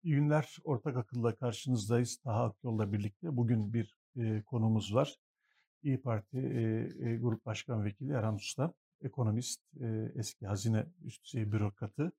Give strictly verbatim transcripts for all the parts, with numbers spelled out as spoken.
İyi günler. Ortak Akıl'la karşınızdayız. Taha Akyol'la birlikte. Bugün bir e, konumuz var. İyi Parti e, e, Grup Başkan Vekili Erhan Usta, ekonomist, e, eski hazine üst düzey bürokratı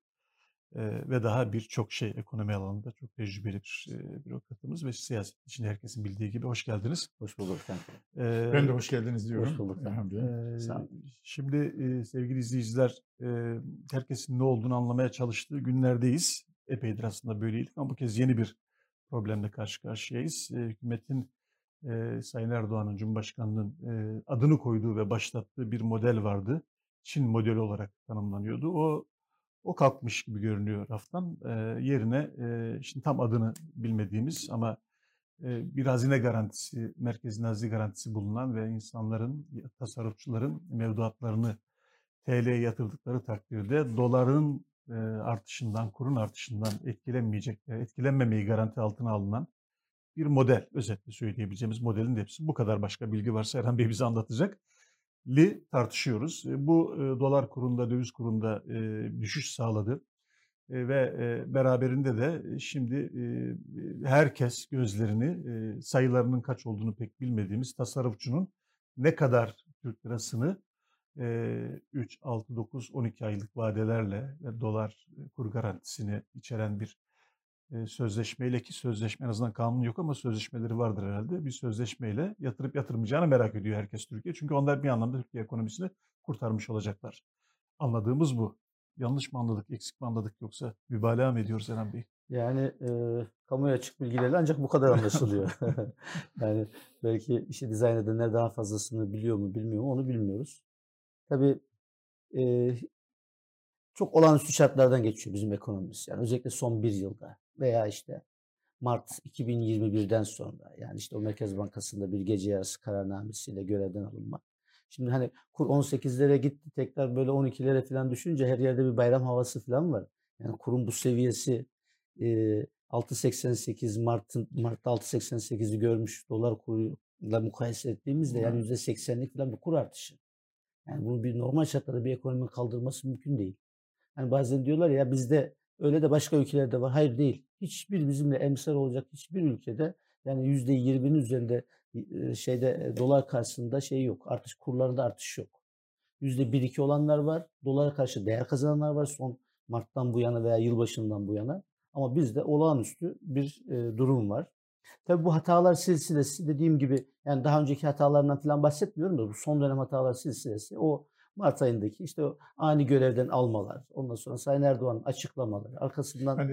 e, ve daha birçok şey ekonomi alanında çok tecrübeli bir e, bürokratımız ve siyaset için herkesin bildiği gibi hoş geldiniz. Hoş bulduk efendim. E, Ben de hoş geldiniz diyorum. Hoş bulduk Erhan Bey. e, Sağ olun. Şimdi e, sevgili izleyiciler, e, herkesin ne olduğunu anlamaya çalıştığı günlerdeyiz. Epeydir aslında böyleydik ama bu kez yeni bir problemle karşı karşıyayız. E, hükümetin e, Sayın Erdoğan'ın Cumhurbaşkanı'nın e, adını koyduğu ve başlattığı bir model vardı. Çin modeli olarak tanımlanıyordu. O o kalkmış gibi görünüyor raftan. E, yerine e, şimdi tam adını bilmediğimiz ama e, bir hazine garantisi, merkezin hazine garantisi bulunan ve insanların, tasarrufçuların mevduatlarını T L'ye yatırdıkları takdirde doların e, artışından, kurun artışından etkilenmeyecek, e, etkilenmemeyi garanti altına alınan bir model. Özetle söyleyebileceğimiz modelin de hepsi. Bu kadar başka bilgi varsa Erhan Bey bize anlatacak. Li tartışıyoruz. E, Bu e, dolar kurunda, döviz kurunda e, düşüş sağladı. E, ve e, beraberinde de şimdi e, herkes gözlerini e, sayılarının kaç olduğunu pek bilmediğimiz tasarrufçunun ne kadar Türk lirasını e, üç, altı, dokuz, on iki aylık vadelerle ve dolar e, kur garantisini içeren bir e, sözleşmeyle, ki sözleşme en azından kanun yok ama sözleşmeleri vardır herhalde. Bir sözleşmeyle yatırıp yatırmayacağını merak ediyor herkes Türkiye. Çünkü onlar bir anlamda Türkiye ekonomisini kurtarmış olacaklar. Anladığımız bu. Yanlış mı anladık, eksik mi anladık yoksa mübalağa mı ediyoruz Eren Bey? Yani e, kamuya açık bilgilerle ancak bu kadar anlaşılıyor. Yani belki işi dizayn edenler daha fazlasını biliyor mu bilmiyor mu onu bilmiyoruz. Tabii e, çok olağanüstü şartlardan geçiyor bizim ekonomimiz. Yani özellikle son bir yılda veya işte Mart iki bin yirmi birden sonra yani işte o Merkez Bankası'nda bir gece yarısı kararnamesiyle görevden alınma. Şimdi hani kur on sekizlere gitti tekrar böyle on ikilere falan düşünce her yerde bir bayram havası falan var. Yani kurun bu seviyesi e, altı seksen sekiz Mart'ın Mart'ta altı seksen sekizi görmüş dolar kuruyla mukayese ettiğimizde yani yüzde seksenlik falan bir kur artışı. Yani bunu bir normal şartlarda bir ekonominin kaldırması mümkün değil. Hani bazen diyorlar ya bizde öyle de başka ülkelerde var. Hayır değil. Hiçbir bizimle emsal olacak hiçbir ülkede yani yüzde yirminin üzerinde e, şeyde e, dolar karşısında şey yok. Artış kurlarında artış yok. Yüzde bir iki olanlar var. Dolara karşı değer kazananlar var son Mart'tan bu yana veya yılbaşından bu yana. Ama bizde olağanüstü bir e, durum var. Tabii bu hatalar silsilesi dediğim gibi yani daha önceki hatalarından falan bahsetmiyorum da bu son dönem hatalar silsilesi o Mart ayındaki işte o ani görevden almalar, ondan sonra Sayın Erdoğan'ın açıklamaları, arkasından Hani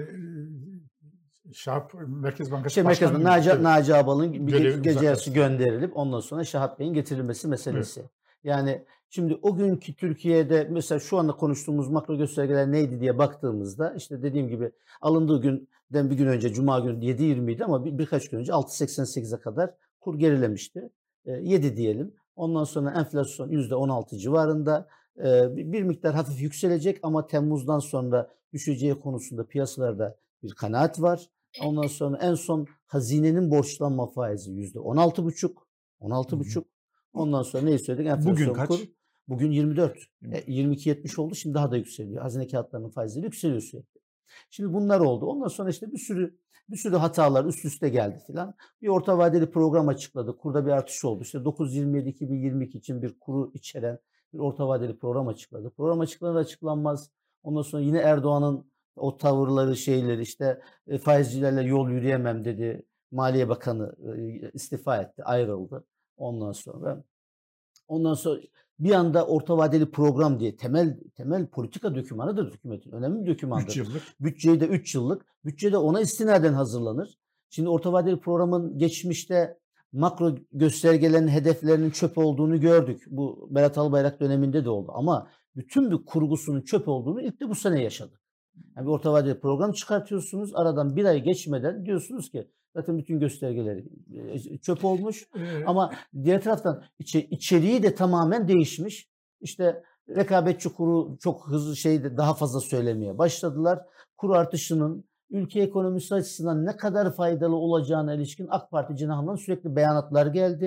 e, Şahap Merkez Bankası şey Merkez Başkanı Naci, evet, Naci Ağbal'ın bir ge- görevi gece yarısı uzaklaştı. gönderilip ondan sonra Şahap Bey'in getirilmesi meselesi. Evet. Yani şimdi o günkü Türkiye'de mesela şu anda konuştuğumuz makro göstergeler neydi diye baktığımızda işte dediğim gibi alındığı günden bir gün önce Cuma günü yedi yirmi idi ama bir, birkaç gün önce altı seksen sekize kadar kur gerilemişti. E, yedi diyelim. Ondan sonra enflasyon yüzde on altı civarında. E, bir, bir miktar hafif yükselecek ama Temmuz'dan sonra düşeceği konusunda piyasalarda bir kanaat var. Ondan sonra en son hazinenin borçlanma faizi yüzde on altı buçuk. on altı buçuk. Ondan sonra neyi söyledik? Enflasyon Bugün kaç? kur. Bugün yirmi dört. E, yirmi iki yetmiş oldu. Şimdi daha da yükseliyor. Hazine kağıtlarının faizleri yükseliyor sürekli. Şimdi bunlar oldu. Ondan sonra işte bir sürü bir sürü hatalar üst üste geldi filan. Bir orta vadeli program açıkladı. Kurda bir artış oldu. İşte dokuz yirmi yedi iki bin yirmi iki için bir kuru içeren bir orta vadeli program açıkladı. Program açıklanır açıklanmaz. Ondan sonra yine Erdoğan'ın o tavırları şeyleri işte e, faizcilerle yol yürüyemem dedi. Maliye Bakanı e, istifa etti, ayrıldı. Ondan sonra ondan sonra bir anda orta vadeli program diye temel temel politika dokümanıdır hükümetin. Önemli bir dokümandır. üç yıllık. Bütçeyi de üç yıllık. Bütçe de ona istinaden hazırlanır. Şimdi orta vadeli programın geçmişte makro göstergelerin hedeflerinin çöp olduğunu gördük. Bu Berat Albayrak döneminde de oldu. Ama bütün bir kurgusunun çöp olduğunu ilk de bu sene yaşadık. Yani bir orta vadeli program çıkartıyorsunuz. Aradan bir ay geçmeden diyorsunuz ki zaten bütün göstergeleri çöp olmuş. Ee, Ama diğer taraftan içe, içeriği de tamamen değişmiş. İşte rekabetçi kuru çok hızlı şeyde daha fazla söylemeye başladılar. Kur artışının ülke ekonomisi açısından ne kadar faydalı olacağına ilişkin AK Parti cenahından sürekli beyanatlar geldi.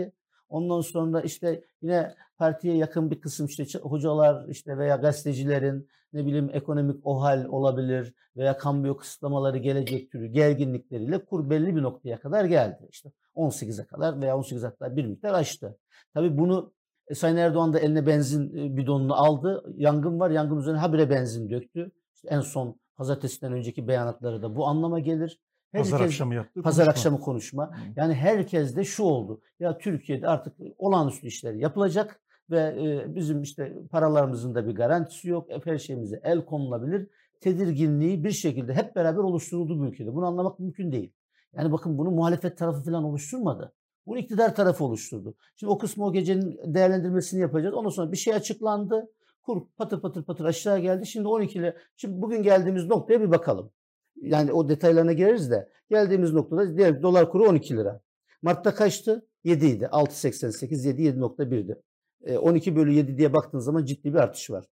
Ondan sonra işte yine partiye yakın bir kısım işte hocalar işte veya gazetecilerin ne bileyim ekonomik OHAL olabilir veya kambiyo kısıtlamaları gelecek türü gerginlikleriyle kur belli bir noktaya kadar geldi. İşte on sekize kadar veya on sekize hatta bir miktar aştı. Tabii bunu e, Sayın Erdoğan da eline benzin e, bidonunu aldı. Yangın var. Yangın üzerine habire benzin döktü. İşte en son pazartesiden önceki beyanatları da bu anlama gelir. Pazar Herkes akşamı yaptığı pazar konuşma. akşamı konuşma. Hı. Yani herkes de şu oldu. Ya Türkiye'de artık olağanüstü işler yapılacak ve e, bizim işte paralarımızın da bir garantisi yok. Her şeyimize el konulabilir. Tedirginliği bir şekilde hep beraber oluşturuldu bu ülkede. Bunu anlamak mümkün değil. Yani bakın bunu muhalefet tarafı falan oluşturmadı. Bunu iktidar tarafı oluşturdu. Şimdi o kısmı o gecenin değerlendirmesini yapacağız. Ondan sonra bir şey açıklandı. Kur patır patır patır aşağı geldi. Şimdi on iki ile şimdi bugün geldiğimiz noktaya bir bakalım. Yani o detaylarına gireriz de geldiğimiz noktada diğer dolar kuru on iki lira. Mart'ta kaçtı? yedi idi. altı seksen sekiz, yedi, yedi nokta birdi. E, on iki bölü yedi diye baktığın zaman ciddi bir artış var.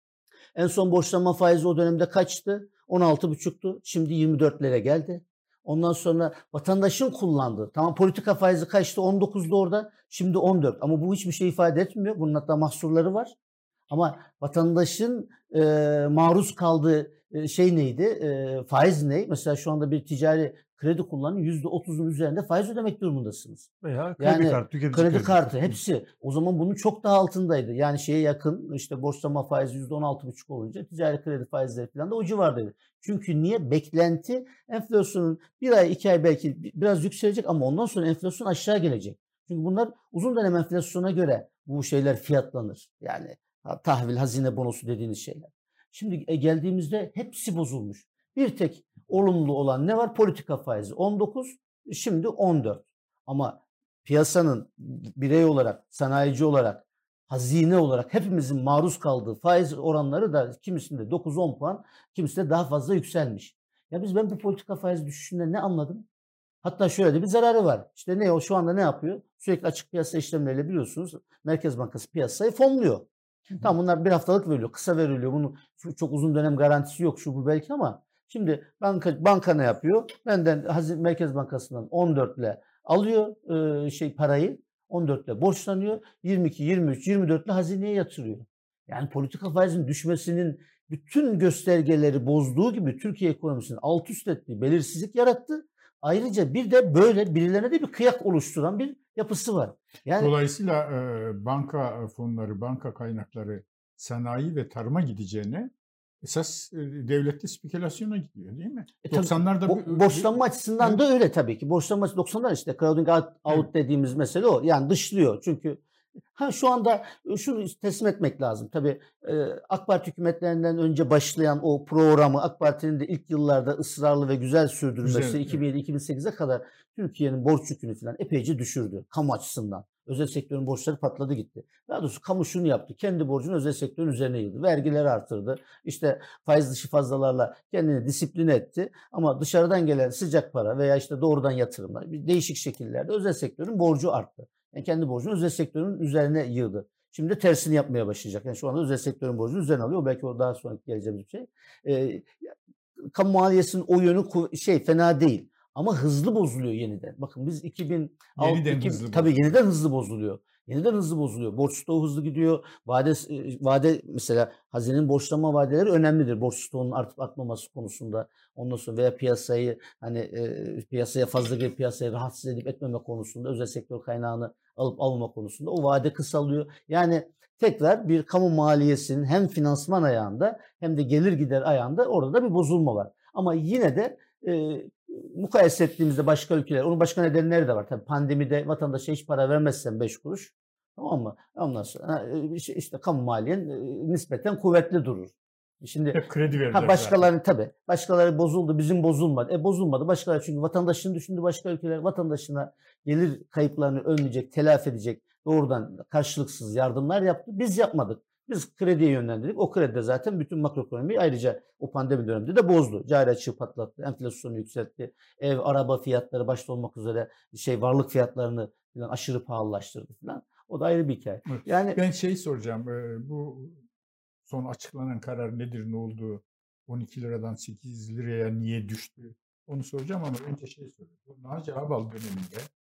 En son borçlanma faizi o dönemde kaçtı? on altı buçuktu. Şimdi yirmi dörtlere geldi. Ondan sonra vatandaşın kullandığı, tamam politika faizi kaçtı? on dokuzdu orada. Şimdi on dört. Ama bu hiçbir şey ifade etmiyor. Bunun hatta mahsurları var. Ama vatandaşın e, maruz kaldığı e, şey neydi? E, faiz ne? Mesela şu anda bir ticari kredi kullanın yüzde otuzun üzerinde faiz ödemek durumundasınız. Veya kredi Yani kartı, tüketici kredi kredi kartı hepsi o zaman bunun çok daha altındaydı. Yani şeye yakın işte borçlama faizi yüzde on altı buçuk olunca ticari kredi faizleri falan da o civardaydı. Çünkü niye? Beklenti enflasyonun bir ay iki ay belki biraz yükselecek ama ondan sonra enflasyon aşağı gelecek. Çünkü bunlar uzun dönem enflasyona göre bu şeyler fiyatlanır. Yani tahvil, hazine bonosu dediğiniz şeyler. Şimdi e, geldiğimizde hepsi bozulmuş. Bir tek olumlu olan ne var? Politika faizi on dokuz, şimdi on dört. Ama piyasanın birey olarak, sanayici olarak, hazine olarak hepimizin maruz kaldığı faiz oranları da kimisinde dokuz on puan, kimisinde daha fazla yükselmiş. Ya biz ben bu politika faiz düşüşünde ne anladım? Hatta şöyle de bir zararı var. İşte ne o şu anda ne yapıyor? Sürekli açık piyasa işlemleriyle biliyorsunuz Merkez Bankası piyasayı fonluyor. Tamam bunlar bir haftalık veriliyor, kısa veriliyor. Bunun çok uzun dönem garantisi yok şu bu belki ama şimdi banka banka ne yapıyor? Benden Hazine Merkez Bankası'ndan on dört ile alıyor e, şey parayı, on dört ile borçlanıyor. yirmi iki, yirmi üç, yirmi dört ile hazineye yatırıyor. Yani politika faizinin düşmesinin bütün göstergeleri bozduğu gibi Türkiye ekonomisini alt üst ettiği, belirsizlik yarattı. Ayrıca bir de böyle birilerine de bir kıyak oluşturan bir yapısı var. Yani Dolayısıyla e, banka fonları, banka kaynakları sanayi ve tarıma gideceğine esas e, devlette spekülasyona gidiyor değil mi? E, tabii, doksanlarda bo bir- borçlanma açısından Evet. da öyle tabii ki. Borçlanma doksanlar işte crowding out, out Evet. dediğimiz mesele o. Yani dışlıyor. Çünkü ha şu anda şunu teslim etmek lazım. Tabii e, AK Parti hükümetlerinden önce başlayan o programı AK Parti'nin de ilk yıllarda ısrarlı ve güzel sürdürmesi Güzel, iki bin yedi iki bin sekize kadar Türkiye'nin borç yükünü falan epeyce düşürdü kamu açısından. Özel sektörün borçları patladı gitti. Daha doğrusu kamu şunu yaptı. Kendi borcunu özel sektörün üzerine yığdı. Vergileri artırdı. İşte faiz dışı fazlalarla kendini disipline etti. Ama dışarıdan gelen sıcak para veya işte doğrudan yatırımlar değişik şekillerde özel sektörün borcu arttı. Yani kendi borcunu özel sektörün üzerine yığdı. Şimdi de tersini yapmaya başlayacak. Yani şu anda özel sektörün borcunu üzerine alıyor. Belki o daha sonra geleceğimiz bir şey. Ee, kamu maliyesinin o yönü şey fena değil. Ama hızlı bozuluyor yeniden. Bakın biz iki bin altı, Yeniden iki, hızlı tabii bozuluyor. yeniden hızlı bozuluyor. Yeniden hızlı bozuluyor. Borç stoğu hızlı gidiyor. Vade vade mesela hazinenin borçlanma vadeleri önemlidir. Borç stoğunun artıp artmaması konusunda. Ondan sonra veya piyasayı hani e, piyasaya fazla gelip piyasayı rahatsız edip etmeme konusunda özel sektör kaynağını alıp alma konusunda o vade kısalıyor. Yani tekrar bir kamu maliyesinin hem finansman ayağında hem de gelir gider ayağında orada da bir bozulma var. Ama yine de e, mukayese ettiğimizde başka ülkeler, onun başka nedenleri de var. Tabii pandemide vatandaşa hiç para vermezsen beş kuruş, tamam mı? Ondan sonra işte, işte kamu maliyen nispeten kuvvetli durur. Şimdi Hep kredi verdiler ha başkaları tabii. Başkaları bozuldu, bizim bozulmadı. E bozulmadı. Başkaları çünkü vatandaşını düşündü başka ülkeler vatandaşına gelir kayıplarını önleyecek, telafi edecek doğrudan karşılıksız yardımlar yaptı. Biz yapmadık. Biz krediye yönlendirdik. O kredi de zaten bütün makroekonomiyi ayrıca o pandemi döneminde de bozdu. Cari açığı patlattı, enflasyonu yükseltti. Ev, araba fiyatları başta olmak üzere şey varlık fiyatlarını falan aşırı pahalılaştırdı falan. O da ayrı bir hikaye. Evet. Yani Ben şey soracağım. e, Bu son açıklanan karar nedir, ne oldu? on iki liradan sekiz liraya niye düştü? Onu soracağım ama önce şey sorayım. Bu Naci Ağbal döneminde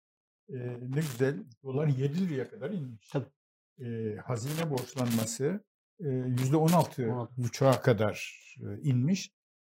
e, ne güzel dolar yedi liraya kadar inmiş. Tabii. E, hazine borçlanması e, yüzde on altı buçuğa kadar e, inmiş.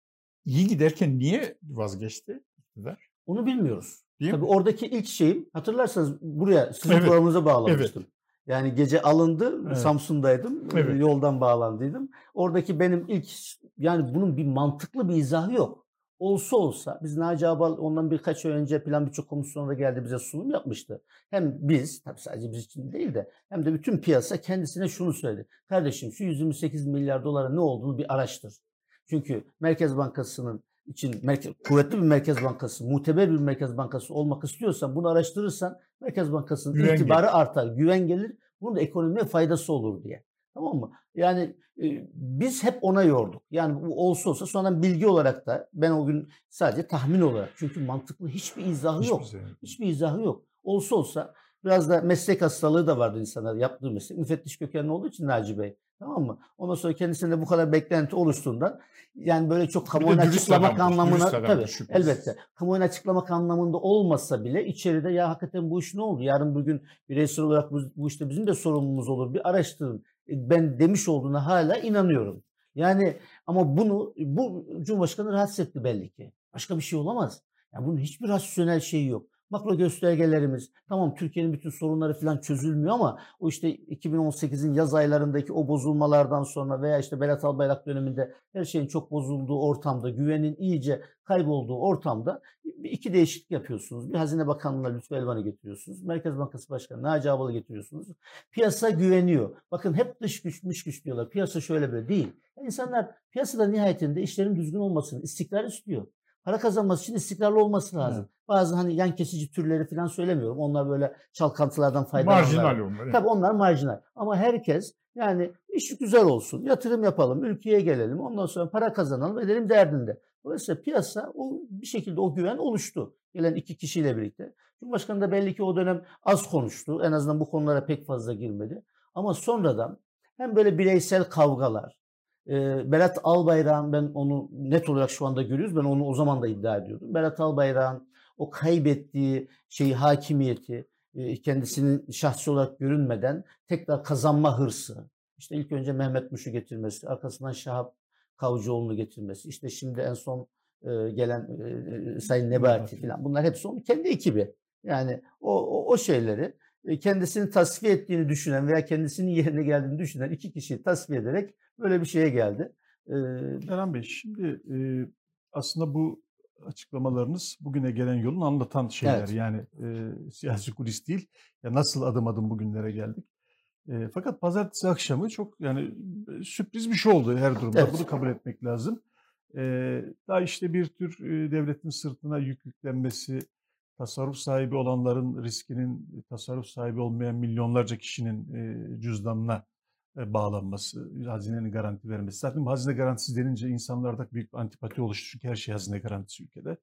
İyi giderken niye vazgeçti iktidar? Onu bilmiyoruz. Değil Tabii mi? oradaki ilk şeyim, hatırlarsanız buraya sizin Evet. programınıza bağlamıştım. Yani gece alındı, Evet. Samsun'daydım, Evet. yoldan bağlandıydım. Oradaki benim ilk, yani bunun bir mantıklı bir izahı yok. Olsa olsa, biz Naci Ağbal ondan birkaç ay önce Plan Bütçe Komisyonu'na geldi, bize sunum yapmıştı. Hem biz, tabii sadece biz için değil de, hem de bütün piyasa kendisine şunu söyledi. Kardeşim şu yüz yirmi sekiz milyar dolara ne olduğunu bir araştır. Çünkü Merkez Bankası'nın için merkez, kuvvetli bir Merkez Bankası, muteber bir Merkez Bankası olmak istiyorsan, bunu araştırırsan Merkez Bankası'nın Güven itibarı gelir. artar, güven gelir. Bunun da ekonomiye faydası olur diye. Tamam mı? Yani e, biz hep ona yorduk. Yani bu olsa olsa sonradan bilgi olarak da ben o gün sadece tahmin olarak. Çünkü mantıklı hiçbir izahı Hiçbir yok. şey yok. Hiçbir izahı yok. Olsa olsa biraz da meslek hastalığı da vardı insanlar yaptığı meslek. Müfettiş kökenli olduğu için Naci Bey. Tamam mı? Ondan sonra kendisinde bu kadar beklenti oluştuğundan yani böyle çok Bir de kamuoyuna dürüst açıklamak adamdır, anlamına dürüst adamdır, tabii şüphesiz. elbette kamuoyuna açıklamak anlamında olmasa bile içeride ya hakikaten bu iş ne oldu? Yarın bugün bireysel olarak bu, bu işte bizim de sorumluluğumuz olur. Bir araştırın. E, Ben demiş olduğuna hala inanıyorum. Yani ama bunu bu Cumhurbaşkanı rahatsız etti belli ki. Başka bir şey olamaz. Yani bunun hiçbir rasyonel şeyi yok. Makro göstergelerimiz tamam Türkiye'nin bütün sorunları falan çözülmüyor ama o işte iki bin on sekizin yaz aylarındaki o bozulmalardan sonra veya işte Berat Albayrak döneminde her şeyin çok bozulduğu ortamda, güvenin iyice kaybolduğu ortamda bir iki değişiklik yapıyorsunuz. Bir Hazine Bakanlığı'na Lütfü Elvan'ı getiriyorsunuz. Merkez Bankası Başkanı Naci Ağbal'ı getiriyorsunuz. Piyasa güveniyor. Bakın hep dış güç, dış güç diyorlar. Piyasa şöyle böyle değil. Yani insanlar piyasada nihayetinde işlerin düzgün olmasını, istikrar istiyor. Para kazanması için istikrarlı olması lazım. Evet. Bazı hani yan kesici türleri falan söylemiyorum. Onlar böyle çalkantılardan faydalanırlar. Marjinal onlar. Tabii onlar marjinal. Ama herkes yani iş güzel olsun, yatırım yapalım, ülkeye gelelim, ondan sonra para kazanalım, edelim derdinde. Dolayısıyla piyasa o bir şekilde o güven oluştu. Gelen iki kişiyle birlikte. Cumhurbaşkanı da belli ki o dönem az konuştu. En azından bu konulara pek fazla girmedi. Ama sonradan hem böyle bireysel kavgalar, e, Berat Albayrak'ın ben onu net olarak şu anda görüyoruz. Ben onu o zaman da iddia ediyordum. Berat Albayrak'ın o kaybettiği şeyi, hakimiyeti, e, kendisinin şahsi olarak görünmeden tekrar kazanma hırsı. İşte ilk önce Mehmet Muş'u getirmesi, arkasından Şahap Kavcıoğlu'nu getirmesi. İşte şimdi en son e, gelen e, Sayın Nebati falan. Bunlar hepsi onun kendi ekibi. Yani o, o, o şeyleri e, kendisini tasfiye ettiğini düşünen veya kendisinin yerine geldiğini düşünen iki kişiyi tasfiye ederek böyle bir şeye geldi. E, Erhan Bey, şimdi e, aslında bu açıklamalarınız bugüne gelen yolun anlatan şeyler. Evet. Yani e, siyasi kulis değil. Ya nasıl adım adım bugünlere geldik. E, fakat pazartesi akşamı çok yani e, sürpriz bir şey oldu her durumda. Evet. Bunu kabul etmek lazım. E, daha işte bir tür e, devletin sırtına yük yüklenmesi, tasarruf sahibi olanların riskinin tasarruf sahibi olmayan milyonlarca kişinin e, cüzdanına e, bağlanması, hazinenin garanti vermesi. Zaten hazine garantisi denince insanlarda büyük bir antipati oluştu. Çünkü her şey hazine garantisi ülkede.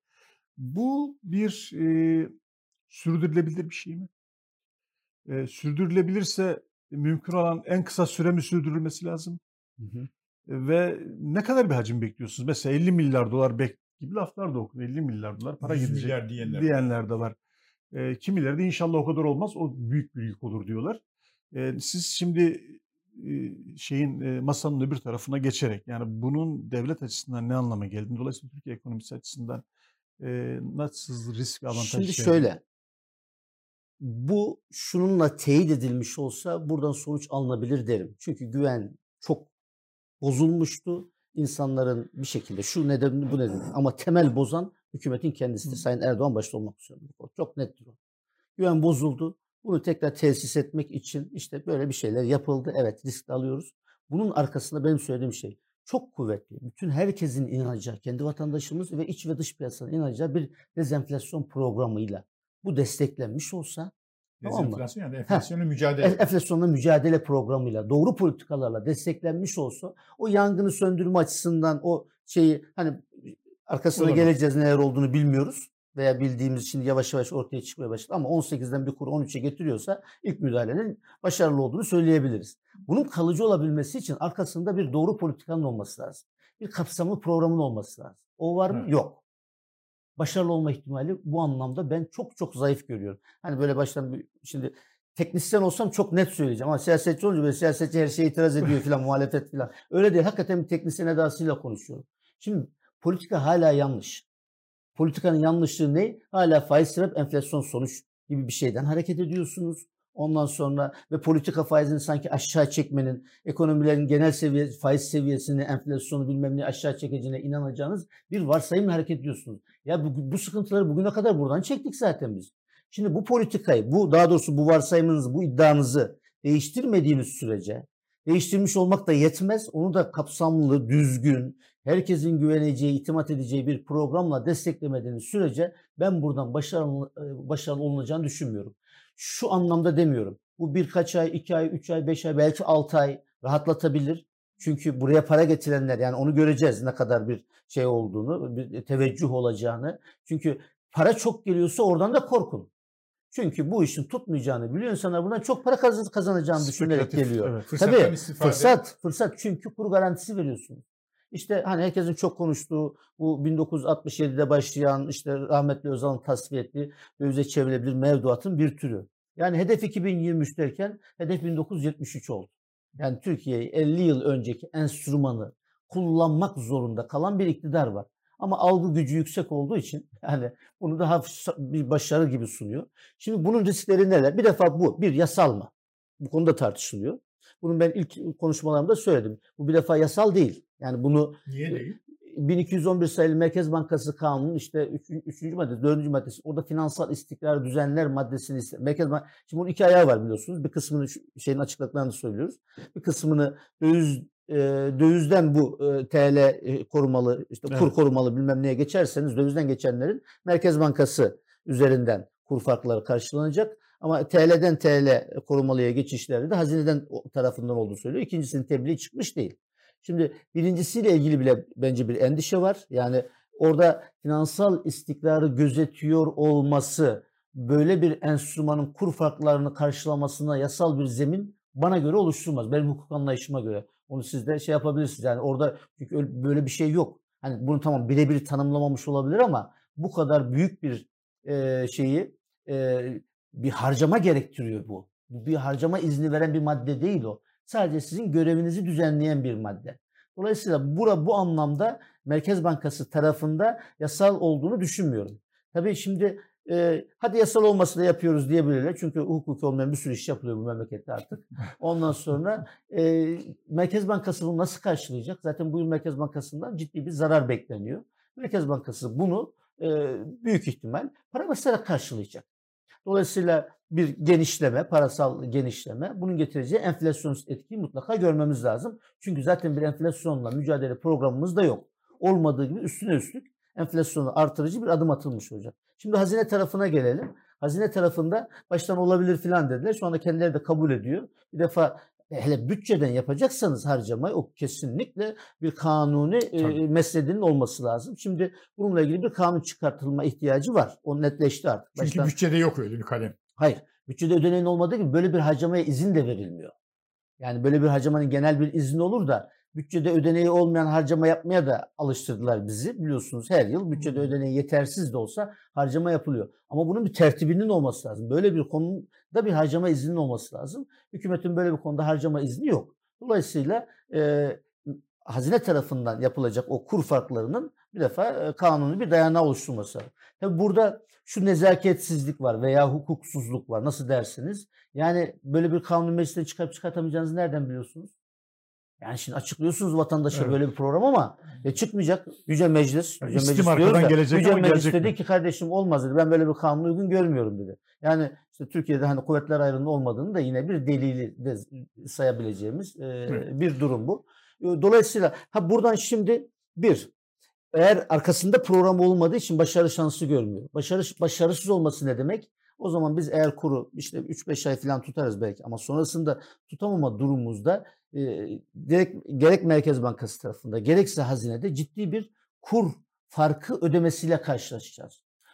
Bu bir e, sürdürülebilir bir şey mi? E, sürdürülebilirse mümkün olan en kısa süre mi sürdürülmesi lazım? Hı hı. E, ve ne kadar bir hacim bekliyorsunuz? Mesela elli milyar dolar bek gibi laflar da okuyor. elli milyar dolar para yüz gidecek milyar diyenler var. diyenler de var. E, kimileri de inşallah o kadar olmaz, o büyük bir yük olur diyorlar. E, siz şimdi e, şeyin e, masanın öbür tarafına geçerek yani bunun devlet açısından ne anlama geldiğini, dolayısıyla Türkiye ekonomisi açısından e, nasıl risk avantaj Şimdi içerdiğini- şöyle, bu şununla teyit edilmiş olsa buradan sonuç alınabilir derim. Çünkü güven çok bozulmuştu. İnsanların bir şekilde şu neden bu neden ama temel bozan hükümetin kendisidir. Hı. Sayın Erdoğan başta olmak üzere. O çok nettir o. Güven bozuldu. Bunu tekrar tesis etmek için işte böyle bir şeyler yapıldı. Evet, risk alıyoruz. Bunun arkasında benim söylediğim şey çok kuvvetli. Bütün herkesin inanacağı, kendi vatandaşımız ve iç ve dış piyasanın inanacağı bir dezenflasyon programıyla bu desteklenmiş olsa, tamam mı? Dezenflasyon yani enflasyonla mücadele. E- Enflasyonla mücadele programıyla doğru politikalarla desteklenmiş olsa o yangını söndürme açısından o şeyi hani arkasına Olabilir. geleceğiz, neler olduğunu bilmiyoruz veya bildiğimiz için yavaş yavaş ortaya çıkmaya başladı ama on sekizden bir kur on üçe getiriyorsa ilk müdahalenin başarılı olduğunu söyleyebiliriz. Bunun kalıcı olabilmesi için arkasında bir doğru politikanın olması lazım. Bir kapsamlı programın olması lazım. O var mı? Evet. Yok. başarılı olma ihtimali bu anlamda ben çok çok zayıf görüyorum. Hani böyle baştan şimdi teknisyen olsam çok net söyleyeceğim ama siyasetçi olunca böyle siyasetçi her şeye itiraz ediyor filan, muhalefet filan. Öyle değil. Hakikaten bir teknisyen edasıyla konuşuyorum. Şimdi politika hala yanlış. Politikanın yanlışlığı ne? Hala faiz sebep enflasyon sonuç gibi bir şeyden hareket ediyorsunuz. Ondan sonra ve politika faizini sanki aşağı çekmenin, ekonomilerin genel seviye, faiz seviyesini, enflasyonu bilmem ne aşağı çekeceğine inanacağınız bir varsayımla hareket ediyorsunuz. Ya bu, bu sıkıntıları bugüne kadar buradan çektik zaten biz. Şimdi bu politikayı, bu daha doğrusu bu varsayımınızı, bu iddianızı değiştirmediğiniz sürece, değiştirmiş olmak da yetmez. Onu da kapsamlı, düzgün, herkesin güveneceği, itimat edeceği bir programla desteklemediğiniz sürece ben buradan başarılı, başarılı olunacağını düşünmüyorum. Şu anlamda demiyorum. Bu birkaç ay, iki ay, üç ay, beş ay, belki altı ay rahatlatabilir. Çünkü buraya para getirenler, yani onu göreceğiz ne kadar bir şey olduğunu, bir teveccüh olacağını. Çünkü para çok geliyorsa oradan da korkun. Çünkü bu işin tutmayacağını biliyor insanlar, buradan çok para kazanacağını düşünerek geliyor. Evet. Tabii fırsat, fırsat çünkü kur garantisi veriyorsunuz. İşte hani herkesin çok konuştuğu bu bin dokuz yüz altmış yedide başlayan işte rahmetli Özal'ın tasfiye ettiği dövize çevrilebilir mevduatın bir türü. Yani hedef iki bin yirmi üç derken hedef bin dokuz yüz yetmiş üç oldu. Yani Türkiye'yi elli yıl önceki enstrümanı kullanmak zorunda kalan bir iktidar var. Ama algı gücü yüksek olduğu için yani bunu daha bir başarı gibi sunuyor. Şimdi bunun riskleri neler? Bir defa bu bir yasal mı? Bu konuda tartışılıyor. Bunu ben ilk konuşmalarımda söyledim. Bu bir defa yasal değil. Yani bunu niye değil? bin iki yüz on bir sayılı Merkez Bankası Kanunu işte üçüncü madde, dördüncü maddesi. Orada finansal istikrar düzenler maddesini ister. Merkez Bank Şimdi bunun iki ayağı var biliyorsunuz. Bir kısmını şeyin açıkladıklarını söylüyoruz. Bir kısmını döviz e, dövizden bu e, T L e, korumalı, işte kur evet. korumalı bilmem neye geçerseniz dövizden geçenlerin Merkez Bankası üzerinden kur farkları karşılanacak. Ama T L'den T L korumalıya geçişlerde de hazineden tarafından olduğu söylüyor. İkincisinin tebliği çıkmış değil. Şimdi birincisiyle ilgili bile bence bir endişe var. Yani orada finansal istikrarı gözetiyor olması böyle bir enstrümanın kur farklarını karşılamasına yasal bir zemin bana göre oluşturmaz. Benim hukuk anlayışıma göre. Onu siz de şey yapabilirsiniz. Yani orada çünkü böyle bir şey yok. Hani bunu tamam birebir tanımlamamış olabilir ama bu kadar büyük bir e, şeyi e, bir harcama gerektiriyor bu. Bir harcama izni veren bir madde değil o. Sadece sizin görevinizi düzenleyen bir madde. Dolayısıyla bura bu anlamda Merkez Bankası tarafında yasal olduğunu düşünmüyorum. Tabii şimdi e, hadi yasal olması da yapıyoruz diyebilirler. Çünkü hukuki olmayan bir sürü iş yapılıyor bu memlekette artık. Ondan sonra e, Merkez Bankası bunu nasıl karşılayacak? Zaten bu yıl Merkez Bankası'ndan ciddi bir zarar bekleniyor. Merkez Bankası bunu e, büyük ihtimal para basarak karşılayacak. Dolayısıyla bir genişleme, parasal genişleme, bunun getireceği enflasyonist etkiyi mutlaka görmemiz lazım. Çünkü zaten bir enflasyonla mücadele programımız da yok. Olmadığı gibi üstüne üstlük enflasyonu artırıcı bir adım atılmış olacak. Şimdi hazine tarafına gelelim. Hazine tarafında baştan olabilir filan dediler. Şu anda kendileri de kabul ediyor. Bir defa hele bütçeden yapacaksanız harcamayı o kesinlikle bir kanuni e, mesledinin olması lazım. Şimdi bununla ilgili bir kanun çıkartılma ihtiyacı var. O netleşti artık. Çünkü Baştan, bütçede yok öyle bir kalem. Hayır. Bütçede ödeneğin olmadığı gibi böyle bir harcamaya izin de verilmiyor. Yani böyle bir harcamanın genel bir izni olur da bütçede ödeneği olmayan harcama yapmaya da alıştırdılar bizi. Biliyorsunuz her yıl bütçede ödeneği yetersiz de olsa harcama yapılıyor. Ama bunun bir tertibinin olması lazım. Böyle bir konuda bir harcama izninin olması lazım. Hükümetin böyle bir konuda harcama izni yok. Dolayısıyla e, hazine tarafından yapılacak o kur farklarının bir defa e, kanuni bir dayanağı oluşturması lazım. Tabii burada şu nezaketsizlik var veya hukuksuzluk var. Nasıl dersiniz? Yani böyle bir kanun meclisine çıkarıp çıkartamayacağınızı nereden biliyorsunuz? Yani şimdi açıklıyorsunuz vatandaşa evet. böyle bir program ama ya çıkmayacak. Yüce Meclis, Yüce Meclis diyoruz da, gelecek Yüce Meclis dedi ki kardeşim olmaz dedi. Ben böyle bir kanunu uygun görmüyorum dedi. Yani işte Türkiye'de hani kuvvetler ayrılığının olmadığını da yine bir delili de sayabileceğimiz e, evet. bir durum bu. Dolayısıyla ha buradan şimdi bir eğer arkasında program olmadığı için başarı şansı görmüyor. Başarı başarısız olması ne demek? O zaman biz eğer kuru işte üç beş ay falan tutarız belki ama sonrasında tutamama durumumuzda e, gerek, gerek Merkez Bankası tarafında gerekse hazinede ciddi bir kur farkı ödemesiyle karşılaşacağız.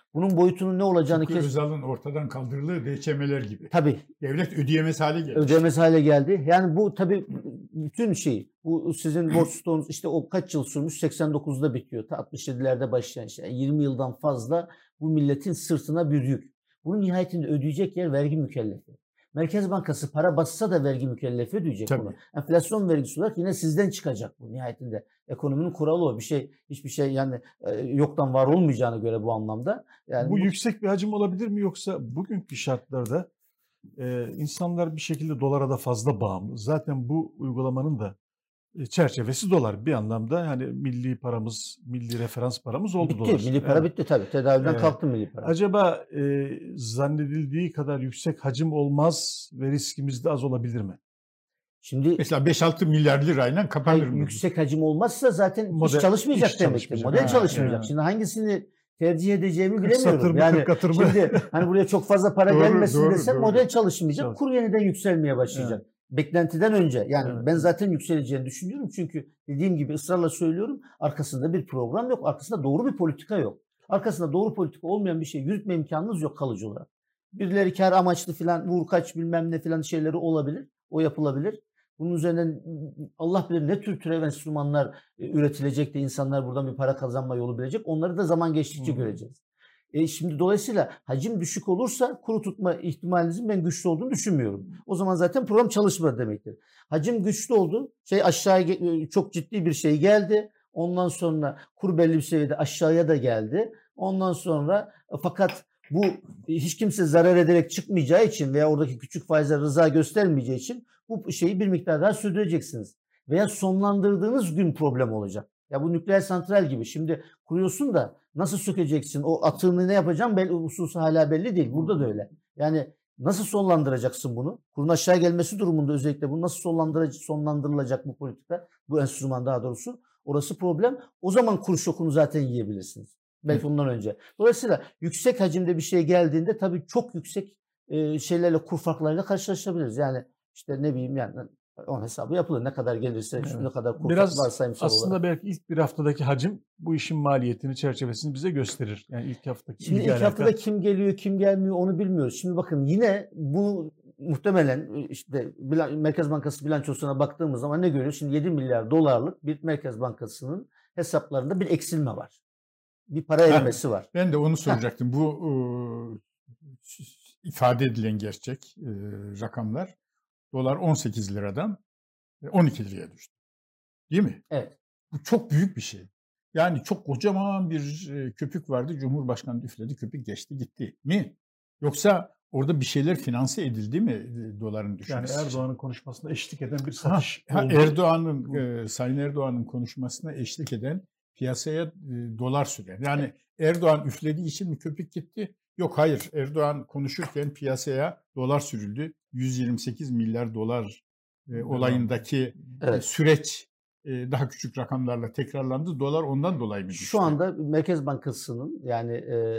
Bunun boyutunun ne olacağını Tıpkı kes... Özal'ın ortadan kaldırıldığı D Ç M'ler gibi. Tabii. Devlet ödeyemez hale geldi. Ödeyemez hale geldi. Yani bu tabii bütün şey, bu sizin borç stoğunuz işte o kaç yıl sürmüş? seksen dokuzda bitiyor. Ta altmış yedilerde başlayan şey. Yani yirmi yıldan fazla bu milletin sırtına bir yük. Bunun nihayetinde ödeyecek yer vergi mükellefi. Merkez Bankası para bassa da vergi mükellefi ödeyecek Tabii. bunu. Enflasyon vergisi olarak yine sizden çıkacak bu nihayetinde. Ekonominin kuralı o. Bir şey, hiçbir şey yani e, yoktan var olmayacağına göre bu anlamda. Yani bu, bu yüksek bir hacim olabilir mi, yoksa bugünkü şartlarda e, insanlar bir şekilde dolara da fazla bağımlı. Zaten bu uygulamanın da e, çerçevesi dolar. Bir anlamda hani milli paramız, milli referans paramız oldu bitti. dolar. Milli para Evet. bitti tabii. Tedavülden Ee, kalktı milli para. Acaba e, zannedildiği kadar yüksek hacim olmaz ve riskimiz de az olabilir mi? Şimdi Mesela beş altı milyar lirayla kapanır hayır, mı? yüksek hacim olmazsa zaten Model- iş çalışmayacak iş demektir. çalışmayacak. Model Ha, çalışmayacak. evet. Şimdi hangisini tercih edeceğimi kırk satır bilemiyorum. mı, Yani kırk katır mı? şimdi hani buraya çok fazla para Doğru, gelmesin doğru, desem doğru. model çalışmayacak. Çalış- Kur yeniden yükselmeye başlayacak. Beklentiden önce. Yani Evet. ben zaten yükseleceğini düşünüyorum. Çünkü dediğim gibi ısrarla söylüyorum. Arkasında bir program yok. Arkasında doğru bir politika yok. Arkasında doğru politika olmayan bir şey yürütme imkanınız yok kalıcı olarak. Birileri kar amaçlı filan vur kaç bilmem ne filan şeyleri olabilir. O yapılabilir. Bunun üzerinden Allah bilir ne tür türev enstrümanlar e, üretilecek de insanlar buradan bir para kazanma yolu bilecek. Onları da zaman geçtikçe Hı. göreceğiz. E şimdi dolayısıyla hacim düşük olursa kuru tutma ihtimalinizin ben güçlü olduğunu düşünmüyorum. O zaman zaten program çalışmadı demektir. Hacim güçlü oldu. Şey aşağıya ge- çok ciddi bir şey geldi. Ondan sonra kur belli bir seviyede aşağıya da geldi. Ondan sonra e, fakat bu e, hiç kimse zarar ederek çıkmayacağı için veya oradaki küçük faizler rıza göstermeyeceği için bu şeyi bir miktar daha sürdüreceksiniz. Veya sonlandırdığınız gün problem olacak. Ya bu nükleer santral gibi. Şimdi kuruyorsun da nasıl sökeceksin? O atığını ne yapacağım? Belli, hususu hala belli değil. Burada da öyle. Yani nasıl sonlandıracaksın bunu? Kurun aşağı gelmesi durumunda özellikle bu nasıl sonlandırılacak, sonlandırılacak bu politika? Bu enstrüman daha doğrusu. Orası problem. O zaman kur şokunu zaten yiyebilirsiniz. Belki ondan önce. Dolayısıyla yüksek hacimde bir şey geldiğinde tabii çok yüksek e, şeylerle, kur farklarıyla karşılaşabiliriz. Yani işte ne bileyim yani onun hesabı yapılır. Ne kadar gelirse, Evet. ne kadar kur Biraz varsayımsal aslında olarak. belki ilk bir haftadaki hacim bu işin maliyetini, çerçevesini bize gösterir. Yani ilk haftaki Şimdi ilgi ilk haftada alaka. kim geliyor, kim gelmiyor onu bilmiyoruz. Şimdi bakın yine bu muhtemelen işte bilan- Merkez Bankası bilançosuna baktığımız zaman ne görüyoruz? Şimdi yedi milyar dolarlık bir Merkez Bankası'nın hesaplarında bir eksilme var. Bir para erimesi var. Ben de onu soracaktım. Bu e, ifade edilen gerçek e, rakamlar dolar on sekiz liradan on iki liraya düştü. Değil mi? Evet. Bu çok büyük bir şey. Yani çok kocaman bir e, köpük vardı. Cumhurbaşkanı üfledi, köpük geçti gitti mi? Yoksa orada bir şeyler finanse edildi mi e, doların Yani düşmesi için? Erdoğan'ın konuşmasında eşlik eden bir Ha, satış ha, oldu. Erdoğan'ın e, Sayın Erdoğan'ın konuşmasına eşlik eden piyasaya e, dolar süren. Yani Erdoğan üflediği için mi köpük gitti? Yok hayır. Erdoğan konuşurken piyasaya dolar sürüldü. yüz yirmi sekiz milyar dolar e, olayındaki Evet. e, süreç e, daha küçük rakamlarla tekrarlandı. Dolar ondan dolayı mı düştü? Şu anda Merkez Bankası'nın yani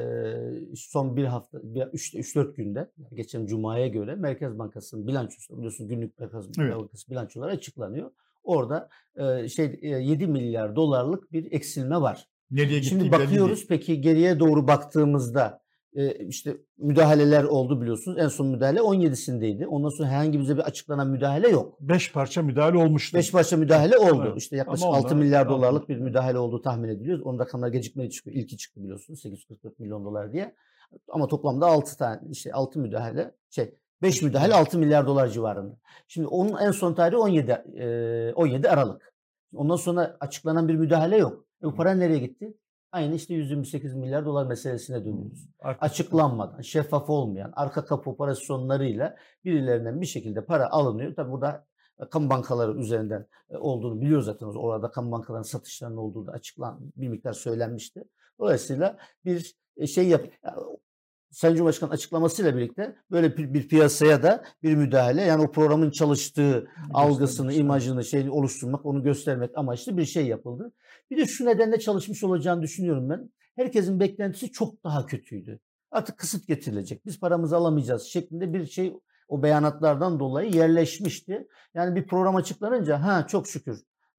e, son bir hafta, üç dört günde geçen Cuma'ya göre Merkez Bankası'nın bilançosu biliyorsun günlük Merkez Evet. Bankası bilançoları açıklanıyor. Orada e, şey e, yedi milyar dolarlık bir eksilme var. Nereye gittiği Şimdi belli bakıyoruz değil. peki geriye doğru baktığımızda e, işte müdahaleler oldu biliyorsunuz. En son müdahale on yedisindeydi. Ondan sonra herhangi bize bir açıklanan müdahale yok. Beş parça müdahale olmuştu. Beş parça müdahale oldu. Evet. İşte yaklaşık Ama altı onlar- milyar altı- dolarlık bir müdahale olduğu tahmin ediliyor. Onun rakamlar gecikmeli çıkıyor. İlki çıktı biliyorsunuz sekiz yüz kırk dört milyon dolar diye. Ama toplamda altı tane işte altı müdahale şey beş müdahale altı milyar dolar civarında. Şimdi onun en son tarihi on yedi e, on yedi Aralık. Ondan sonra açıklanan bir müdahale yok. E bu para nereye gitti? Aynı işte yüz yirmi sekiz milyar dolar meselesine dönüyoruz. Arka- Açıklanmadan, şeffaf olmayan, arka kapı operasyonlarıyla birilerinden bir şekilde para alınıyor. Tabi burada kamu bankaları üzerinden olduğunu biliyoruz zaten. Orada kamu bankalarının satışlarının olduğu da açıklan bir miktar söylenmişti. Dolayısıyla bir şey yap. Sayın Cumhurbaşkanı açıklamasıyla birlikte böyle bir, bir piyasaya da bir müdahale, yani o programın çalıştığı algısını, imajını şey oluşturmak, onu göstermek amaçlı bir şey yapıldı. Bir de şu nedenle çalışmış olacağını düşünüyorum ben. Herkesin beklentisi çok daha kötüydü. Artık kısıt getirilecek, biz paramızı alamayacağız şeklinde bir şey o beyanatlardan dolayı yerleşmişti. Yani bir program açıklanınca ha çok şükür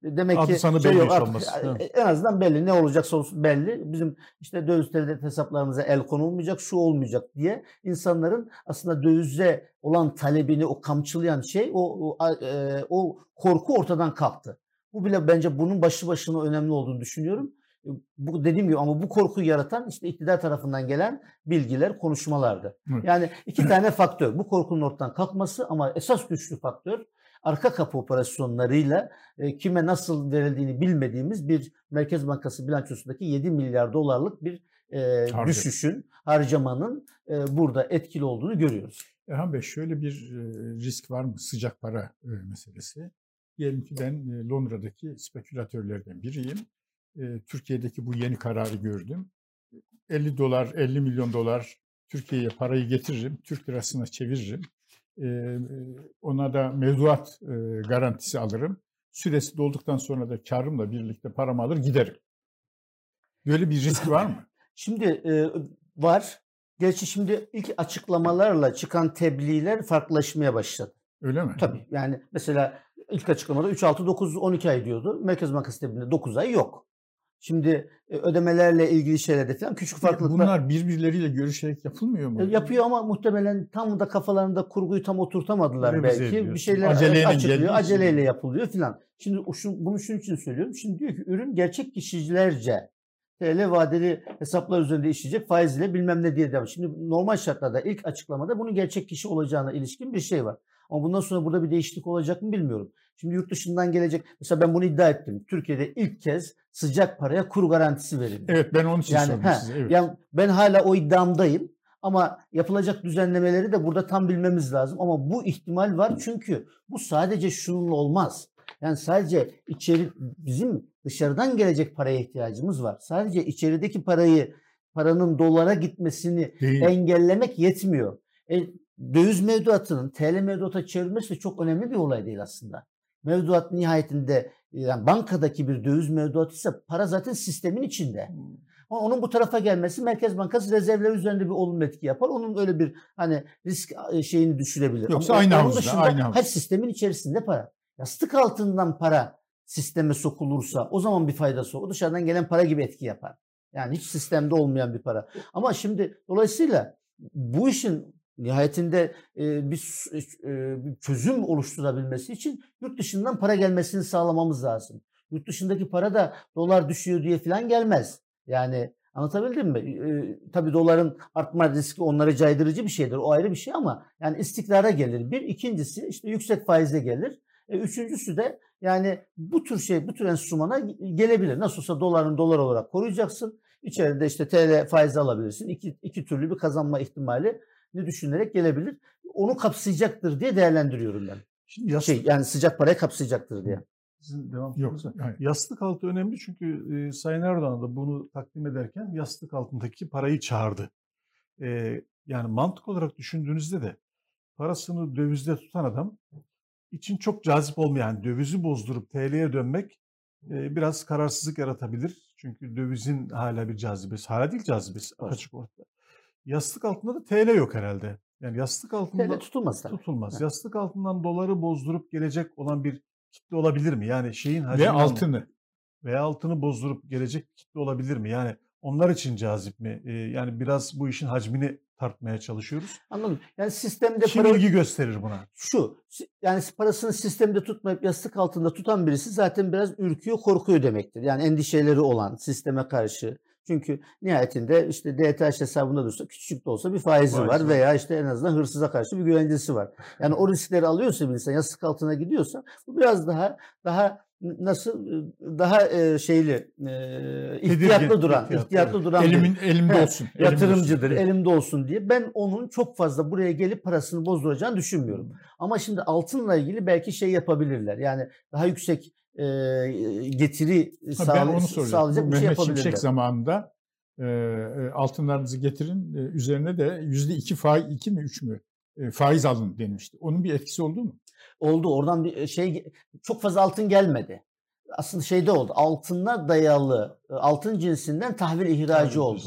Demek Adı ki sanı şey belli yok, hiç artık, olmaz. e, Evet. en azından belli, ne olacaksa olsun belli. Bizim işte döviz devlet hesaplarımıza el konulmayacak, şu olmayacak diye insanların aslında dövize olan talebini o kamçılayan şey, o o, a- e, o korku ortadan kalktı. Bu bile bence bunun başlı başına önemli olduğunu düşünüyorum. E, Bu dediğim gibi, ama bu korkuyu yaratan işte iktidar tarafından gelen bilgiler, konuşmalardı. Evet. Yani iki tane faktör. Bu korkunun ortadan kalkması, ama esas güçlü faktör arka kapı operasyonlarıyla e, kime nasıl verildiğini bilmediğimiz bir Merkez Bankası bilançosundaki yedi milyar dolarlık bir e, Harcama. düşüşün, harcamanın e, burada etkili olduğunu görüyoruz. Erhan Bey, şöyle bir e, risk var mı? Sıcak para e, meselesi. Diyelim ki ben e, Londra'daki spekülatörlerden biriyim. E, Türkiye'deki bu yeni kararı gördüm. elli dolar, elli milyon dolar Türkiye'ye parayı getiririm, Türk lirasına çeviririm. E, e, ona da mevduat e, garantisi alırım. Süresi dolduktan sonra da karımla birlikte paramı alır giderim. Böyle bir risk var mı? Şimdi e, var. Gerçi şimdi ilk açıklamalarla çıkan tebliğler farklılaşmaya başladı. Öyle mi? Tabii, yani mesela ilk açıklamada üç, altı, dokuz, on iki ay diyordu. Merkez Bankası tebliğinde dokuz ay yok. Şimdi e, ödemelerle ilgili şeylerde falan küçük farklılıklar Bunlar birbirleriyle görüşerek yapılmıyor mu? E, yapıyor, ama muhtemelen tam da kafalarında kurguyu tam oturtamadılar Revize belki. ediyor. Bir şeyler Aceleyle geldiği açıklıyor, için. aceleyle yapılıyor filan. Şimdi o şu, bunu şunun için söylüyorum. Şimdi diyor ki ürün gerçek kişilerce T L vadeli hesaplar üzerinde işleyecek, faiz ile bilmem ne diye devam. Şimdi normal şartlarda ilk açıklamada bunun gerçek kişi olacağına ilişkin bir şey var. Ama bundan sonra burada bir değişiklik olacak mı bilmiyorum. Şimdi yurt dışından gelecek. Mesela ben bunu iddia ettim. Türkiye'de ilk kez sıcak paraya kur garantisi verildi. Evet, ben onun için Yani, sordum he, size. Evet. yani ben hala o iddiamdayım. Ama yapılacak düzenlemeleri de burada tam bilmemiz lazım. Ama bu ihtimal var, çünkü bu sadece şununla olmaz. Yani sadece içeri, bizim dışarıdan gelecek paraya ihtiyacımız var. Sadece içerideki parayı, paranın dolara gitmesini Değil. engellemek yetmiyor. E, döviz mevduatının T L mevduata çevrilmesi de çok önemli bir olay değil aslında. Mevduat nihayetinde, yani bankadaki bir döviz mevduatı ise para zaten sistemin içinde. Ama onun bu tarafa gelmesi Merkez Bankası rezervleri üzerinde bir olumlu etki yapar. Onun öyle bir hani risk şeyini düşürebilir. Yoksa Ama aynı onun havuzda, dışında aynı havuz. her sistemin içerisinde para. Yastık altından para sisteme sokulursa o zaman bir faydası olur. O dışarıdan gelen para gibi etki yapar. Yani hiç sistemde olmayan bir para. Ama şimdi dolayısıyla bu işin nihayetinde e, bir, e, bir çözüm oluşturabilmesi için yurt dışından para gelmesini sağlamamız lazım. Yurt dışındaki para da dolar düşüyor diye falan gelmez. Yani anlatabildim mi? Ee, tabii doların artma riski onlara caydırıcı bir şeydir. O ayrı bir şey, ama yani istikrara gelir. Bir. İkincisi işte yüksek faize gelir. E, üçüncüsü de yani bu tür şey, bu tür enstrümana gelebilir. Nasıl olsa doların dolar olarak koruyacaksın. İçeride işte T L faizi alabilirsin. İki, iki türlü bir kazanma ihtimali ne düşünerek gelebilir. Onu kapsayacaktır diye değerlendiriyorum ben. Şimdi yastık, Şey, yani sıcak parayı kapsayacaktır diye. sizin devam Yok. ediyorsa, Hayır. yastık altı önemli, çünkü e, Sayın Erdoğan da bunu takdim ederken yastık altındaki parayı çağırdı. E, yani mantık olarak düşündüğünüzde de parasını dövizde tutan adam için çok cazip olmayan, dövizi bozdurup T L'ye dönmek e, biraz kararsızlık yaratabilir. Çünkü dövizin hala bir cazibesi, hala değil cazibesi, Var. açık ortada. Yastık altında da T L yok herhalde. Yani yastık altında T L tutulmaz tabii. tutulmaz. Ha. Yastık altından doları bozdurup gelecek olan bir kitle olabilir mi? Yani şeyin Ve hacmini almak- altını. veya altını bozdurup gelecek kitle olabilir mi? Yani onlar için cazip mi? Ee, yani biraz bu işin hacmini tartmaya çalışıyoruz. Anladım. Yani sistemde Kim para ilgi gösterir buna? şu, si- yani parasını sistemde tutmayıp yastık altında tutan birisi zaten biraz ürküyor, korkuyor demektir. Yani endişeleri olan sisteme karşı. Çünkü nihayetinde işte D T H hesabında dursa, küçük de olsa bir faizi Faizi var var. veya işte en azından hırsıza karşı bir güvencesi var. Yani o riskleri alıyorsa bir insan, yastık altına gidiyorsa, bu biraz daha daha nasıl daha e, şeyli e, ihtiyatlı Tedirgin, duran, ihtiyatlı, ihtiyatlı evet. duran bir Elimin elimde He, olsun. elimde yatırımcıdır, olsun. elimde olsun diye. Ben onun çok fazla buraya gelip parasını bozduracağını düşünmüyorum. Ama şimdi altınla ilgili belki şey yapabilirler. Yani daha yüksek e, getiri Ha, sağlay- ben onu soracaktım. sağlayacak Bu bir şey Mehmet yapabilirler. Şimşek zamanında e, e, altınlarınızı getirin, e, üzerine de yüzde iki faiz, iki mi üç mü e, faiz alın denmişti. Onun bir etkisi oldu mu? Oldu. Oradan bir şey, çok fazla altın gelmedi. Aslında şeyde oldu. Altına dayalı, altın cinsinden tahvil ihracı oldu.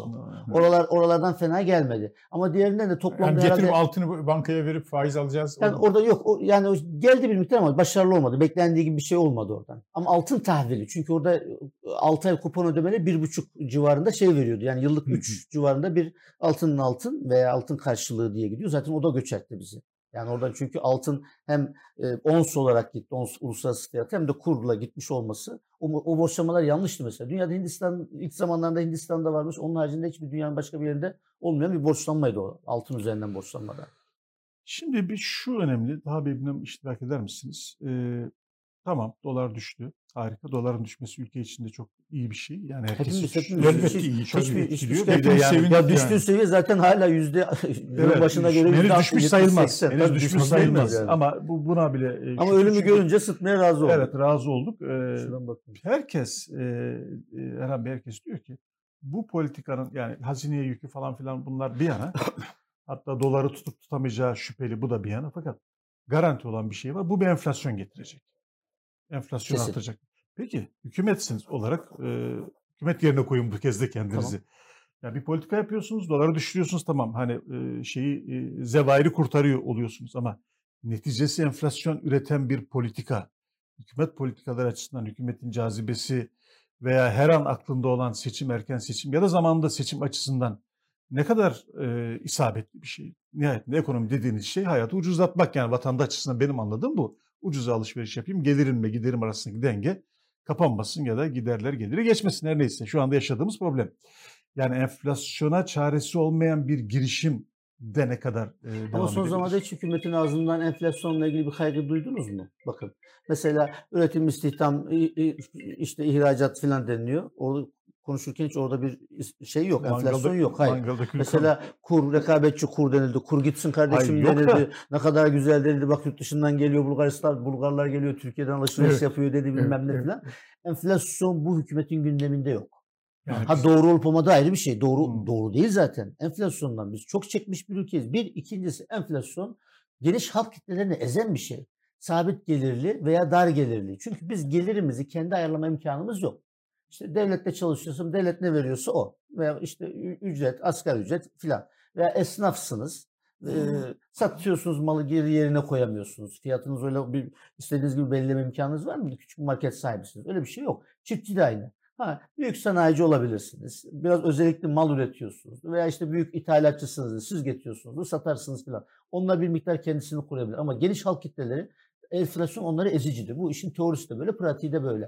Oralar oralardan fena gelmedi. Ama diğerinden de toplamda Yani getirip herhalde altını bankaya verip faiz alacağız. yani O- orada yok. O, yani o geldi bir miktar ama başarılı olmadı. Beklendiği gibi bir şey olmadı oradan. Ama altın tahvili. Çünkü orada altı ay kupon ödemeli bir buçuk civarında şey veriyordu. Yani yıllık Hı hı. üç civarında bir altının altın veya altın karşılığı diye gidiyor. Zaten o da göç etti bizi. Yani oradan çünkü altın hem e, ons olarak gitti, ons uluslararası fiyatı hem de kurla gitmiş olması. O, o borçlamalar yanlıştı mesela. Dünyada Hindistan ilk zamanlarda Hindistan'da varmış. Onun haricinde hiçbir dünyanın başka bir yerinde olmayan bir borçlanmaydı o. Altın üzerinden borçlanmada. Şimdi bir şu önemli, daha bir bilmem iştirak eder misiniz? Ee, tamam, dolar düştü. Harika. Doların düşmesi ülke içinde çok iyi bir şey. Yani herkes Hepimiz hiç- hepimiz Elbette hiç- iyi, çok hiçbir- iyi. hiçbir etkiliyor. şey- Bir de Hepimiz yani sevindik Ya düştüğü yani. seviye zaten hala yüzde yılın Evet, başına göre henüz yüzde altmış, düşmüş yetmiş, sayılmaz. seksen. Henüz Tabii düşmüş sayılmaz sayılmaz. yani. Ama bu buna bile e, Ama şükür ölümü çünkü- görünce sıtmaya razı olduk. Evet, razı olduk. Ee, Şuradan bakın. herkes, e, e, Erhan Bey, herkes diyor ki bu politikanın yani hazineye yükü falan filan bunlar bir yana, hatta doları tutup tutamayacağı şüpheli, bu da bir yana, fakat garanti olan bir şey var. Bu bir enflasyon getirecek. Enflasyon Kesin. artacak. Peki hükümetsiniz olarak e, hükümet yerine koyun bu kez de kendinizi. Ya bir politika yapıyorsunuz, doları düşürüyorsunuz, tamam, hani e, şeyi e, zevairi kurtarıyor oluyorsunuz ama neticesi enflasyon üreten bir politika, hükümet politikaları açısından hükümetin cazibesi veya her an aklında olan seçim, erken seçim ya da zamanında seçim açısından ne kadar e, isabetli bir şey. Nihayetinde ekonomi dediğiniz şey hayatı ucuzlatmak, yani vatandaş açısından benim anladığım bu. Ucuza alışveriş yapayım, gelirimle giderim arasındaki denge kapanmasın ya da giderler geliri geçmesin, her neyse. Şu anda yaşadığımız problem. Yani enflasyona çaresi olmayan bir girişim de ne kadar e, devam Ama son edebilir? zamanlarda hiç hükümetin ağzından enflasyonla ilgili bir kaygı duydunuz mu? Bakın mesela üretim, istihdam, i- i- işte ihracat falan deniliyor. Orada konuşurken hiç orada bir şey yok, enflasyon Mangalda- yok. Hayır. mangalda kül Mesela kur, rekabetçi kur denildi. Kur gitsin kardeşim Hayır, yok da. denildi. Ne kadar güzel denildi. Bak yurt dışından geliyor Bulgaristan, Bulgarlar geliyor, Türkiye'den alışveriş Evet. yapıyor dedi bilmem Evet, ne evet. falan. Enflasyon bu hükümetin gündeminde yok. Yani Ha biz- doğru olup olmadığı ayrı bir şey. Doğru Hmm. doğru değil zaten. Enflasyondan biz çok çekmiş bir ülkeyiz. Bir, ikincisi enflasyon geniş halk kitlelerini ezen bir şey. Sabit gelirli veya dar gelirli. Çünkü biz gelirimizi kendi ayarlama imkanımız yok. İşte devlette çalışıyorsun, devlet ne veriyorsa o. Veya işte ü- ücret, asgari ücret filan. Veya esnafsınız. Ee, satıyorsunuz, malı geri yerine koyamıyorsunuz. Fiyatınız öyle bir istediğiniz gibi belirleme imkanınız var mı? Küçük bir market sahibisiniz. Öyle bir şey yok. Çiftçi de aynı. Ha, büyük sanayici olabilirsiniz. Biraz özellikle mal üretiyorsunuz. Veya işte büyük ithalatçısınız. Siz getiriyorsunuz, satarsınız falan. Onlar bir miktar kendisini kurabilir. Ama geniş halk kitleleri, enflasyon onları ezicidir. Bu işin teorisi de böyle, pratiği de böyle.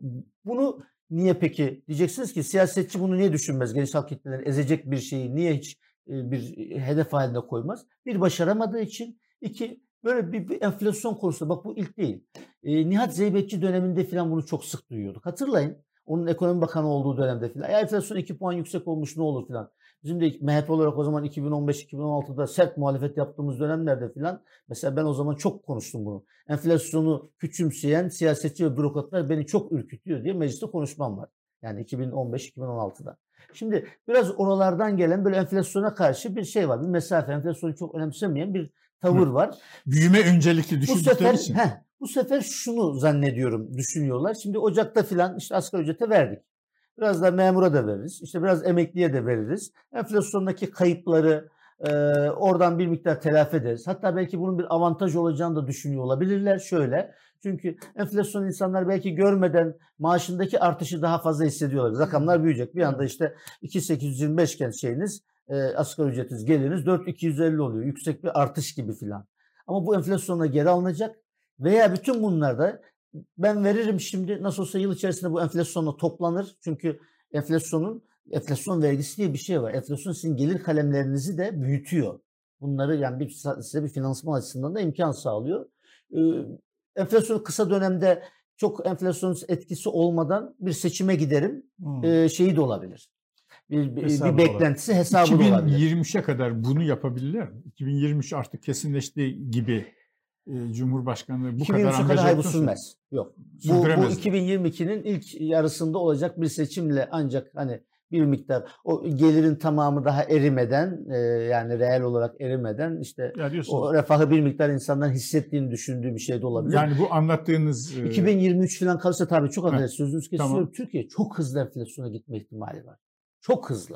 Bunu niye peki? Diyeceksiniz ki siyasetçi bunu niye düşünmez? Geniş halk kitleleri ezecek bir şeyi niye hiç e, bir hedef haline koymaz? Bir, başaramadığı için. İki, böyle bir, bir enflasyon konusu. Bak bu ilk değil. E, Nihat Zeybekçi döneminde falan bunu çok sık duyuyorduk. Hatırlayın. Onun ekonomi bakanı olduğu dönemde filan. Ya enflasyon iki puan yüksek olmuş ne olur filan. Bizim de M H P olarak o zaman iki bin on beş iki bin on altıda sert muhalefet yaptığımız dönemlerde filan. Mesela ben o zaman çok konuştum bunu. Enflasyonu küçümseyen siyasetçi ve bürokratlar beni çok ürkütüyor diye mecliste konuşmam var. Yani iki bin on beş iki bin on altıda. Şimdi biraz oralardan gelen böyle enflasyona karşı bir şey var. Bir mesafe, enflasyonu çok önemsemeyen bir tavır var. büyüme öncelikli Bu düşündükleri sefer için. heh, bu sefer şunu zannediyorum düşünüyorlar. Şimdi Ocak'ta filan işte asgari ücrete verdik. Biraz da memura da veririz. İşte biraz emekliye de veririz. Enflasyondaki kayıpları e, oradan bir miktar telafi ederiz. Hatta belki bunun bir avantaj olacağını da düşünüyor olabilirler. Şöyle. Çünkü enflasyon insanlar belki görmeden maaşındaki artışı daha fazla hissediyorlar. Rakamlar büyüyecek. Bir anda işte iki bin sekiz yüz yirmi beş iken şeyiniz e, asgari ücretiniz, geliriniz dört bin iki yüz elli oluyor. Yüksek bir artış gibi filan. Ama bu enflasyonla geri alınacak veya bütün bunlarda ben veririm şimdi nasıl olsa yıl içerisinde bu enflasyonla toplanır. Çünkü enflasyonun enflasyon vergisi diye bir şey var. Enflasyon sizin gelir kalemlerinizi de büyütüyor. Bunları yani bir, size bir finansman açısından da imkan sağlıyor. Ee, enflasyon kısa dönemde çok enflasyon etkisi olmadan bir seçime giderim Hmm. ee, şeyi de olabilir. Bir, bir, Hesabı bir da beklentisi hesabı da olabilir. iki bin yirmi üçe kadar bunu yapabilirler mi? iki bin yirmi üç artık kesinleştiği gibi e, Cumhurbaşkanlığı bu iki bin yirmi kadar üçe kadar hayır bu angajatör sürmez. Yok. Bu, bu Sürdüremezler. iki bin yirmi ikinin ilk yarısında olacak bir seçimle ancak hani bir miktar o gelirin tamamı daha erimeden e, yani reel olarak erimeden işte Ya diyorsunuz. o refahı bir miktar insanların hissettiğini düşündüğü bir şey de olabilir. Yani bu anlattığınız e, iki bin yirmi üç falan kalırsa tabii çok affedersiniz sözünüzü kesiyorum. tamam. Türkiye çok hızlı enflasyona gitme ihtimali var. Çok hızlı.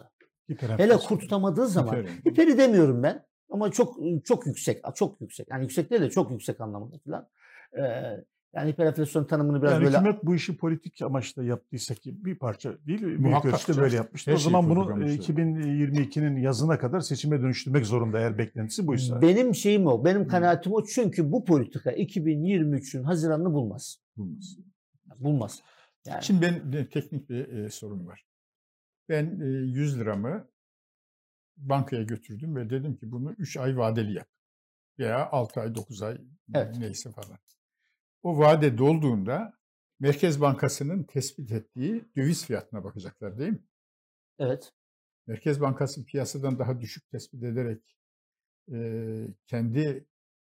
Hele kur tutamadığı zaman, Hiper. hiperi demiyorum ben ama çok çok yüksek, çok yüksek. Yani yüksek değil de çok yüksek anlamında falan. Ee, yani hiperenflasyon tanımını biraz yani böyle... hükümet bu işi politik amaçla yaptıysa ki bir parça değil, büyük Muhakkak ölçüde canım. böyle yapmıştı. Her O şey zaman bunu politik amaçla. iki bin yirmi ikinin yazına kadar seçime dönüştürmek zorunda eğer beklentisi buysa. Benim şeyim o, benim kanaatim o, çünkü bu politika iki bin yirmi üçün Haziran'ını bulmaz. Bulmaz. Bulmaz. Yani. Şimdi ben de teknik bir e, sorun var. Ben e, yüz liramı bankaya götürdüm ve dedim ki bunu üç ay vadeli yap. Veya altı ay, dokuz ay Evet. neyse falan. O vade dolduğunda Merkez Bankası'nın tespit ettiği döviz fiyatına bakacaklar değil mi? Evet. Merkez Bankası piyasadan daha düşük tespit ederek e, kendi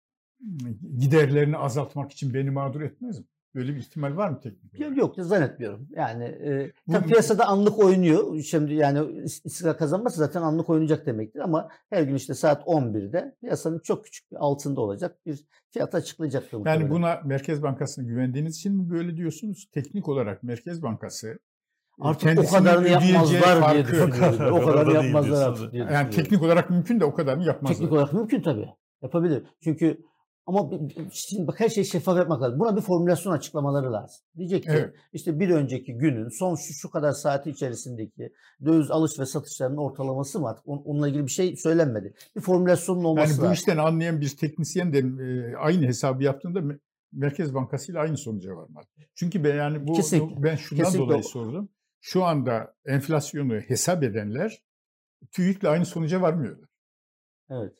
giderlerini azaltmak için beni mağdur etmez mi? Böyle bir ihtimal var mı teknik olarak? Yok, zannetmiyorum. Yani e, Bu- tabii piyasada anlık oynuyor. Şimdi yani istikrar kazanması zaten anlık oynayacak demektir ama her gün işte saat on birde piyasanın çok küçük bir altında olacak bir fiyat açıklayacaktır. Yani muhtemelen. buna Merkez Bankası'na güvendiğiniz için mi böyle diyorsunuz? Teknik olarak Merkez Bankası Artık o kendisinin kadarını ödeyeceği yapmazlar diye farkı- düşünüyorum. O Orada kadarını değil yapmazlar diyorsunuz. artık diye Yani düşünüyorum. teknik olarak mümkün de o kadarını yapmazlar. Teknik olarak mümkün tabii. Yapabilir. Çünkü ama bir- bir- şimdi bak her şeyi şeffaf yapmak lazım. Buna bir formülasyon açıklamaları lazım. Diyecek ki Evet. işte bir önceki günün son şu, şu kadar saati içerisindeki döviz alış ve satışlarının ortalaması mı artık? On- Onunla ilgili bir şey söylenmedi. Bir formülasyonun olması Yani bu lazım. işten anlayan bir teknisyen de e, aynı hesabı yaptığında Me- Merkez Bankası ile aynı sonuca varmalı. Çünkü ben yani bu Kesinlikle. ben şundan Kesinlikle dolayı o. sordum. Şu anda enflasyonu hesap edenler TÜİK'le aynı sonuca varmıyorlar. Evet.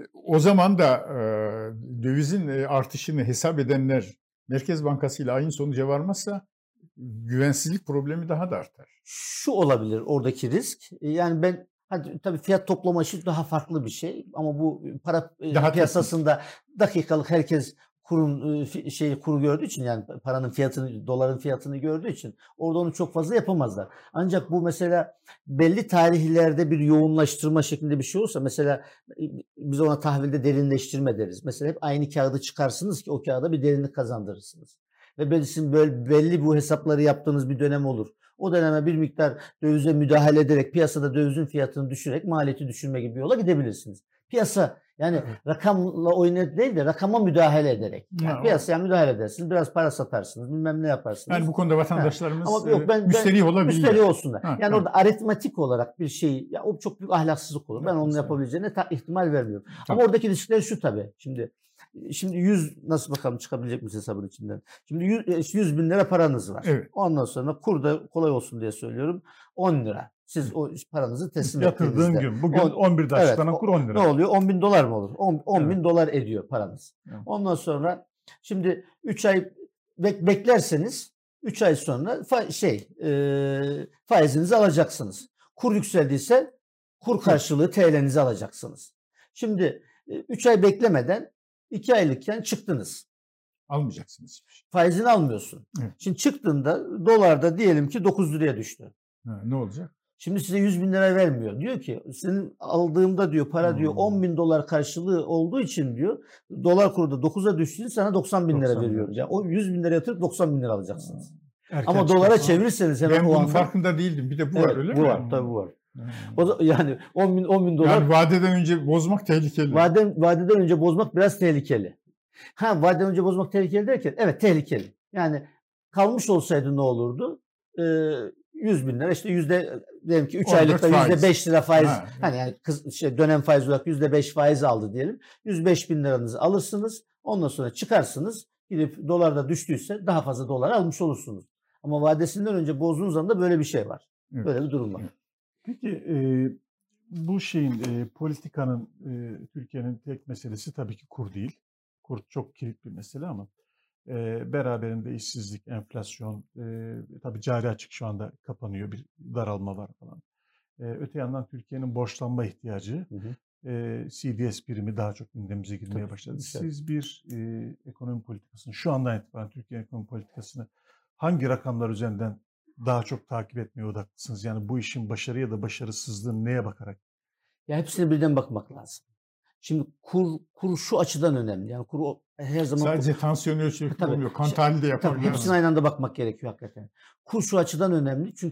O zaman da e, dövizin e, artışını hesap edenler Merkez Bankası ile aynı sonuca varmazsa güvensizlik problemi daha da artar. Şu olabilir oradaki risk. Yani ben hadi tabii fiyat toplama işi daha farklı bir şey ama bu para e, Daha piyasasında dakikalık herkes kurun e, fi- şeyi kuru gördüğü için, yani paranın fiyatını, doların fiyatını gördüğü için orada onu çok fazla yapamazlar. Ancak bu mesela belli tarihlerde bir yoğunlaştırma şeklinde bir şey olursa, mesela e, biz ona tahvilde derinleştirme deriz. Mesela hep aynı kağıdı çıkarsınız ki o kağıda bir derinlik kazandırırsınız. Ve belli, böyle belli bu hesapları yaptığınız bir dönem olur. O döneme bir miktar dövize müdahale ederek piyasada dövizin fiyatını düşürerek maliyeti düşürme gibi bir yola gidebilirsiniz. Piyasa yani Evet. rakamla oynayarak değil de rakama müdahale ederek. Yani Ya, piyasaya müdahale edersiniz. Biraz para satarsınız. Bilmem ne yaparsınız. Yani bu konuda vatandaşlarımız Ama yok, ben- e, müsterih olabilir. Müşteri olsunlar. Ha, yani ha. orada aritmatik olarak bir şey, ya o çok büyük ahlaksızlık olur. Ben onun Haklısın. yapabileceğine ta- ihtimal vermiyorum. Ama Tabii. oradaki riskler şu tabii. Şimdi şimdi yüz nasıl bakalım çıkabilecek mi hesabın içinden? Şimdi yüz, yüz bin lira paranız var. Evet. Ondan sonra kurda kolay olsun diye söylüyorum on lira. Siz o paranızı teslim Yatırdığın ettiğinizde. gün. Bugün On- on birde evet, açıklanan o- kur on Ne lira. oluyor? on bin dolar mı olur? on bin Evet. dolar ediyor paranız. Evet. Ondan sonra şimdi üç ay bek- beklerseniz üç ay sonra fa- şey e, faizinizi alacaksınız. Kur yükseldiyse kur karşılığı T L'nizi alacaksınız. Şimdi üç ay beklemeden iki aylıkken çıktınız. Almayacaksınız hiçbir şey. Faizini almıyorsun. Evet. Şimdi çıktığında dolarda diyelim ki dokuz liraya düştü. Ha, ne olacak? Şimdi size yüz bin lira vermiyor. Diyor ki senin aldığımda diyor para diyor Hmm. on bin dolar karşılığı olduğu için diyor dolar kuru da dokuza düştüğünde sana doksan bin lira doksan bin veriyorum. lira. Yani o yüz bin lira yatırıp doksan bin lira alacaksınız. Erken Ama dolara çıkarsa- çevirirseniz hemen Ben o bunun anda. farkında değildim. Bir de bu Evet, var öyle bu mi? var, tabii bu var. Ha. O da, yani on bin, on bin dolar Yani vadeden önce bozmak tehlikeli. vade, vadeden önce bozmak biraz tehlikeli. Ha, vadeden önce bozmak tehlikeli derken evet tehlikeli. Yani kalmış olsaydı ne olurdu? Ee, yüz bin lira işte yüzde diyelim ki üç on dört aylıkta faiz. yüzde beş lira faiz, Ha. hani yani kız, şey, dönem faiz olarak yüzde beş faiz aldı diyelim. yüz beş bin liranızı alırsınız. Ondan sonra çıkarsınız. Gidip dolarda düştüyse daha fazla dolar almış olursunuz. Ama vadesinden önce bozduğunuz anda böyle bir şey var. Evet. Böyle bir durum var. Evet. Peki e, bu şeyin e, politikanın e, Türkiye'nin tek meselesi tabii ki kur değil. Kur çok kilit bir mesele ama e, beraberinde işsizlik, enflasyon, e, tabii cari açık şu anda kapanıyor, bir daralma var falan. E, öte yandan Türkiye'nin borçlanma ihtiyacı, Hı hı. e, C D S birimi daha çok gündemimize girmeye Tabii, başladı. güzel. Siz bir e, ekonomi politikasını, şu andan itibaren Türkiye ekonomi politikasını hangi rakamlar üzerinden daha çok takip etmeye odaklısınız? Yani bu işin başarı ya da başarısızlığı neye bakarak? Ya hepsine birden bakmak lazım. Şimdi kur kur şu açıdan önemli. Yani kur o- her zaman Sadece tansiyon ölçmek Tabii. olmuyor. Kan tahlili de Tabii yapabilir. hepsini aynı anda bakmak gerekiyor hakikaten. Kur şu açıdan önemli çünkü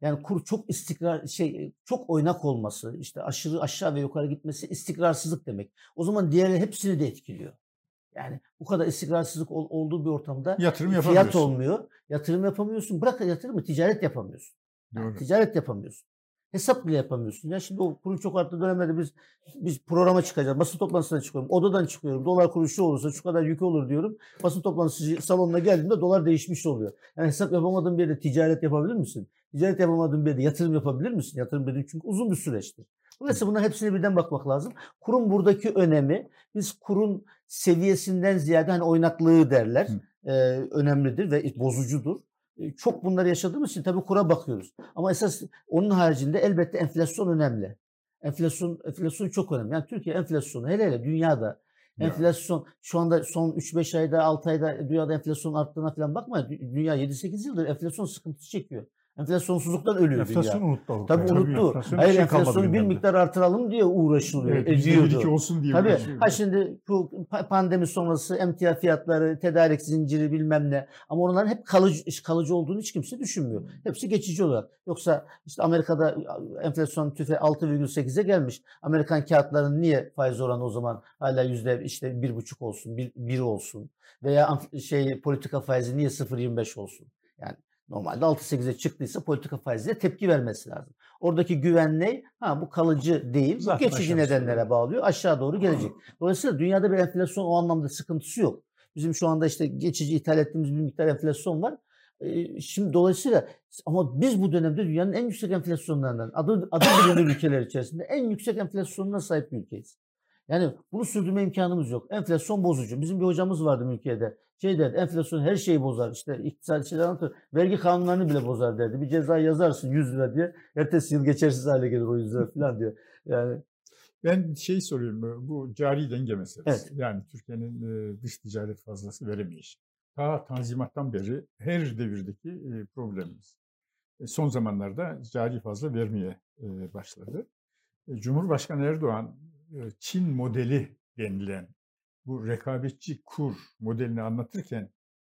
Yani kur çok istikrar şey çok oynak olması, işte aşırı aşağı ve yukarı gitmesi istikrarsızlık demek. O zaman diğer hepsini de etkiliyor. Yani bu kadar istikrarsızlık ol, olduğu bir ortamda yatırım fiyat yapamıyorsun. olmuyor. Yatırım yapamıyorsun. Bırak yatırımı, ticaret yapamıyorsun. Yani Doğru. ticaret yapamıyorsun. Hesap bile yapamıyorsun. Ya şimdi o kurun çok arttığı dönemlerde biz biz programa çıkacağız. Basın toplantısına çıkıyorum. Odadan çıkıyorum. Dolar kuru şu olursa şu kadar yük olur diyorum. Basın toplantısı salonuna geldiğimde dolar değişmiş oluyor. Yani hesap yapamadığın bir yerde ticaret yapabilir misin? Ticaret yapamadığın bir yerde yatırım yapabilir misin? Yatırım dediğin çünkü uzun bir süreçtir. Dolayısıyla bunların hepsine birden bakmak lazım. Kurun buradaki önemi, biz kurun seviyesinden ziyade hani oynaklığı derler. E, önemlidir ve bozucudur. Çok bunları yaşadığımız için tabii kura bakıyoruz. Ama esas onun haricinde elbette enflasyon önemli. Enflasyon enflasyon çok önemli. Yani Türkiye enflasyonu hele hele dünyada Ya. enflasyon şu anda son üç beş ayda altı ayda dünyada enflasyon arttığına falan bakma. Dünya yedi sekiz yıldır enflasyon sıkıntısı çekiyor. Enflasyonsuzluktan ölüyor Enflasyon dünya. unuttu Avrupa. Tabii Yani. unuttu. Enflasyon Hayır bir şey kalmadı enflasyonu bir gündemde. miktar artıralım diye uğraşılıyor. Evet, yüzde bir ediyordu. iki olsun diye Tabii. uğraşıyor. Ha şimdi bu pa- pandemi sonrası emtia fiyatları, tedarik zinciri bilmem ne. Ama onların hep kalıcı kalıcı olduğunu hiç kimse düşünmüyor. Hepsi geçici olarak. Yoksa işte Amerika'da enflasyon tüfe altı virgül sekize gelmiş. Amerikan kağıtlarının niye faiz oranı o zaman hala yüzde işte bir buçuk olsun, bir, bir olsun veya amf- şey politika faizi niye sıfır virgül yirmi beş olsun? Yani normalde altı sekize çıktıysa politika faizine tepki vermesi lazım. Oradaki güven ne? Ha bu kalıcı değil. Bu Zaten geçici aşağı nedenlere yukarı. bağlıyor. Aşağı doğru gelecek. Dolayısıyla dünyada bir enflasyon o anlamda sıkıntısı yok. Bizim şu anda işte geçici ithal ettiğimiz bir miktar enflasyon var. Ee, Şimdi dolayısıyla ama biz bu dönemde dünyanın en yüksek enflasyonlarından adı, adı bilinir ülkeler içerisinde en yüksek enflasyonuna sahip bir ülkeyiz. Yani bunu sürdürme imkanımız yok. Enflasyon bozucu. Bizim bir hocamız vardı ülkede. Şey derdi, enflasyon her şeyi bozar. İşte iktisadi şeyler anlatır. Vergi kanunlarını bile bozar derdi. Bir ceza yazarsın yüz lira diye. Ertesi yıl geçersiz hale gelir o yüz lira falan diyor. Yani Ben şey soruyorum, bu cari denge meselesi. Evet. Yani Türkiye'nin e, dış ticaret fazlası veremeyişi. Ta Tanzimat'tan beri her devirdeki e, problemimiz. E, son zamanlarda cari fazla vermeye e, başladı. E, Cumhurbaşkanı Erdoğan e, Çin modeli denilen bu rekabetçi kur modelini anlatırken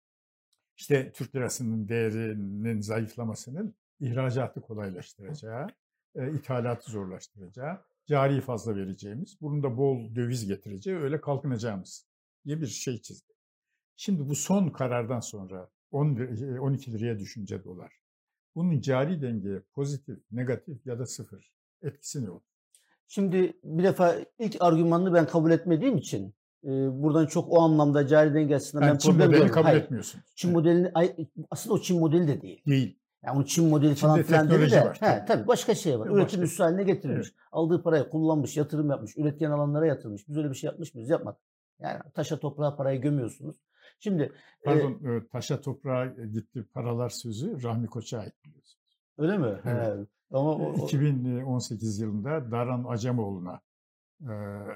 işte Türk lirasının değerinin zayıflamasının ihracatı kolaylaştıracağı, e, ithalatı zorlaştıracağı, cari fazla vereceğimiz, bunun da bol döviz getireceği, öyle kalkınacağımız diye bir şey çizdi. Şimdi bu son karardan sonra on, on iki liraya düşünce dolar. Bunun cari dengeye pozitif, negatif ya da sıfır etkisi ne olur? şimdi bir defa ilk argümanını ben kabul etmediğim için e, buradan çok o anlamda cari denge açısından Yani ben Çin problem modelini görmüyorum. kabul Hayır. etmiyorsun. Çin modelini ay- aslında o Çin modeli de değil. Değil. Yani onun Çin modeli falan Çin'de filan dedi teknoloji de. var, He, tabii. tabii başka şey var. Başka. Üretim üssü haline getirmiş. Evet. Aldığı parayı kullanmış, yatırım yapmış, üretken alanlara yatırmış. Biz öyle bir şey yapmış mıyız? Yapmadık. Yani taşa toprağa parayı gömüyorsunuz. Şimdi e, Pardon, e, taşa toprağa gitti paralar sözü Rahmi Koç'a ait biliyorsunuz. öyle mi? Evet. He. Ama o, o- iki bin on sekiz yılında Daran Acemoğlu'na e,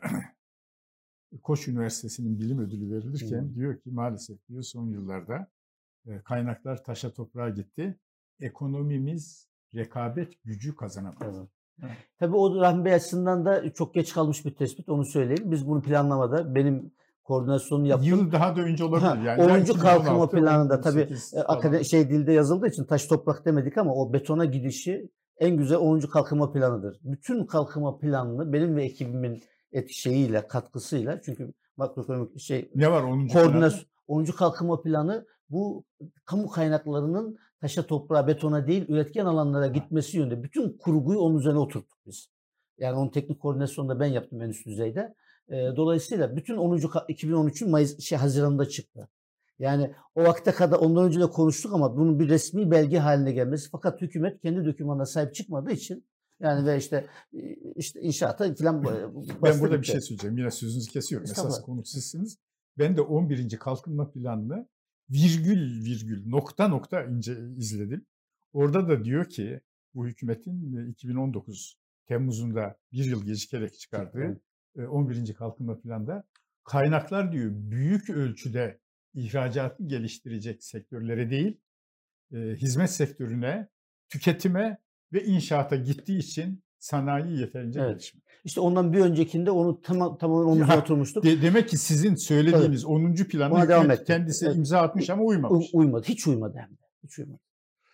Koç Üniversitesi'nin bilim ödülü verilirken Hı. diyor ki maalesef diyor son yıllarda e, kaynaklar taşa toprağa gitti. Ekonomimiz rekabet gücü kazanamadı. Evet. Evet. Tabii o Rahmi Bey açısından da çok geç kalmış bir tespit, onu söyleyeyim. Biz bunu planlamada benim koordinasyonunu yaptım. Yıl daha da önce olabilir. Ha, Yani onuncu iki bin on kalkınma altı, planında on tabii sekiz e, falan. akade- şey dilde yazıldığı için taş toprak demedik ama o betona gidişi en güzel onuncu kalkınma planıdır. Bütün kalkınma planını benim ve ekibimin et şeyiyle, katkısıyla, çünkü makroekonomik şey Ne var onuncu koordinasyon onuncu kalkınma planı bu kamu kaynaklarının taşa toprağa betona değil üretken alanlara gitmesi yönünde bütün kurguyu onun üzerine oturttuk biz. Yani onun teknik koordinasyonunu da ben yaptım en üst düzeyde. E, dolayısıyla bütün onuncu ka- iki bin on üçün Mayıs şey Haziran'da çıktı. Yani o vakte kadar ondan önce de konuştuk ama bunun bir resmi belge haline gelmesi, fakat hükümet kendi dokümanına sahip çıkmadığı için yani ve işte işte inşaata falan Ben burada bir şey söyleyeceğim. Yine sözünüzü kesiyorum. Esas Estağfurullah. konu sizsiniz. Ben de on birinci kalkınma planını virgül virgül nokta nokta ince izledim. Orada da diyor ki bu hükümetin iki bin on dokuz Temmuz'unda bir yıl gecikerek çıkardığı on birinci kalkınma planında kaynaklar diyor büyük ölçüde ihracatı geliştirecek sektörlere değil, e, hizmet sektörüne, tüketime ve inşaata gittiği için sanayi yeterince Evet. gelişmedi. İşte ondan bir öncekinde onu tam, tamamen onun üzerine oturmuştuk. De, demek ki sizin söylediğiniz evet. onuncu planı Ona devam hükümet etti. kendisi Evet. imza atmış ama uymamış. U- uymadı. Hiç uymadı hem de. Hiç uymadı.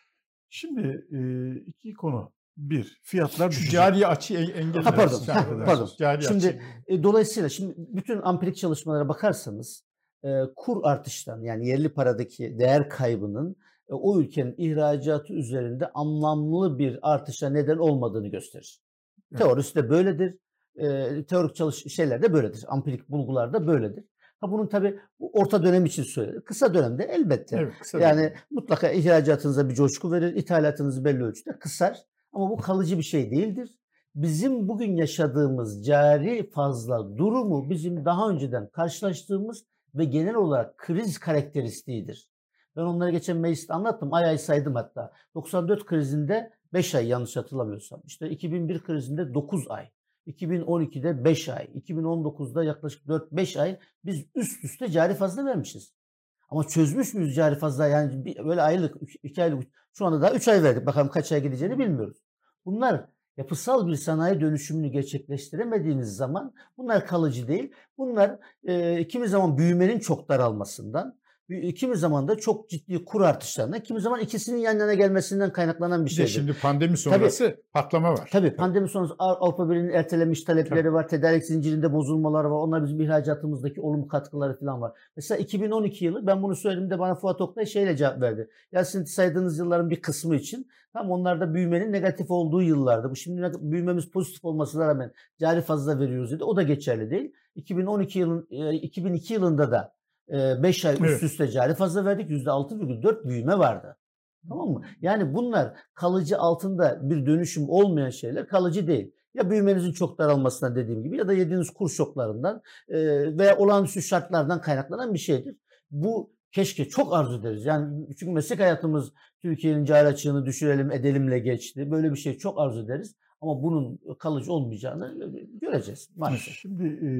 Şimdi e, iki konu. Bir, fiyatlar Şu düşecek. cari açı engel. Ha, pardon, Sen ha, affedersin. pardon. Cari Şimdi açı. e, dolayısıyla şimdi bütün ampirik çalışmalara bakarsanız e, kur artıştan yani yerli paradaki değer kaybının e, o ülkenin ihracatı üzerinde anlamlı bir artışa neden olmadığını gösterir. Evet. Teorisi de böyledir. E, teorik çalış şeyler de böyledir. Ampirik bulgular da böyledir. Ha bunun tabii orta dönem için söylenir. Kısa dönemde elbette. Evet, kısa Yani dönem. mutlaka ihracatınıza bir coşku verir, ithalatınızı belli ölçüde kısar. Ama bu kalıcı bir şey değildir. Bizim bugün yaşadığımız cari fazla durumu bizim daha önceden karşılaştığımız ve genel olarak kriz karakteristiğidir. Ben onları geçen mecliste anlattım. Ay ay saydım hatta. doksan dört krizinde beş ay yanlış hatırlamıyorsam. İşte iki bin bir krizinde dokuz ay. iki bin on ikide beş ay. iki bin on dokuzda yaklaşık dört beş ay biz üst üste cari fazla vermişiz. Ama çözmüş müyüz cari fazla? Yani bir, böyle aylık, iki aylık. Şu anda daha üç ay verdik. Bakalım kaç ay gideceğini bilmiyoruz. Bunlar yapısal bir sanayi dönüşümünü gerçekleştiremediğiniz zaman bunlar kalıcı değil. Bunlar e, kimi zaman büyümenin çok daralmasından, kimi zaman da çok ciddi kur artışlarından, kimi zaman ikisinin yan yana gelmesinden kaynaklanan bir Bir de şeydir. şimdi pandemi sonrası Tabii, patlama var. Tabii pandemi sonrası Avrupa Birliği'nin ertelenmiş talepleri Tabii. var, tedarik zincirinde bozulmalar var. Onlar bizim ihracatımızdaki olumlu katkıları falan var. Mesela iki bin on iki yılı ben bunu söylediğimde bana Fuat Oktay şeyle cevap verdi. Ya sizin saydığınız yılların bir kısmı için tam onlarda büyümenin negatif olduğu yıllardı. Bu şimdi büyümemiz pozitif olmasına rağmen cari fazla veriyoruz dedi. O da geçerli değil. iki bin on iki yılın iki bin iki yılında da beş ay üst Evet. üste cari fazla verdik. yüzde altı virgül dört büyüme vardı. Tamam mı? Yani bunlar kalıcı altında bir dönüşüm olmayan şeyler kalıcı değil. Ya büyümenizin çok daralmasından dediğim gibi ya da yediğiniz kur şoklarından e, veya olağanüstü şartlardan kaynaklanan bir şeydir. Bu keşke çok arzu ederiz. Yani çünkü meslek hayatımız Türkiye'nin cari açığını düşürelim edelimle geçti. Böyle bir şey çok arzu ederiz. Ama bunun kalıcı olmayacağını göreceğiz maalesef. Şimdi e,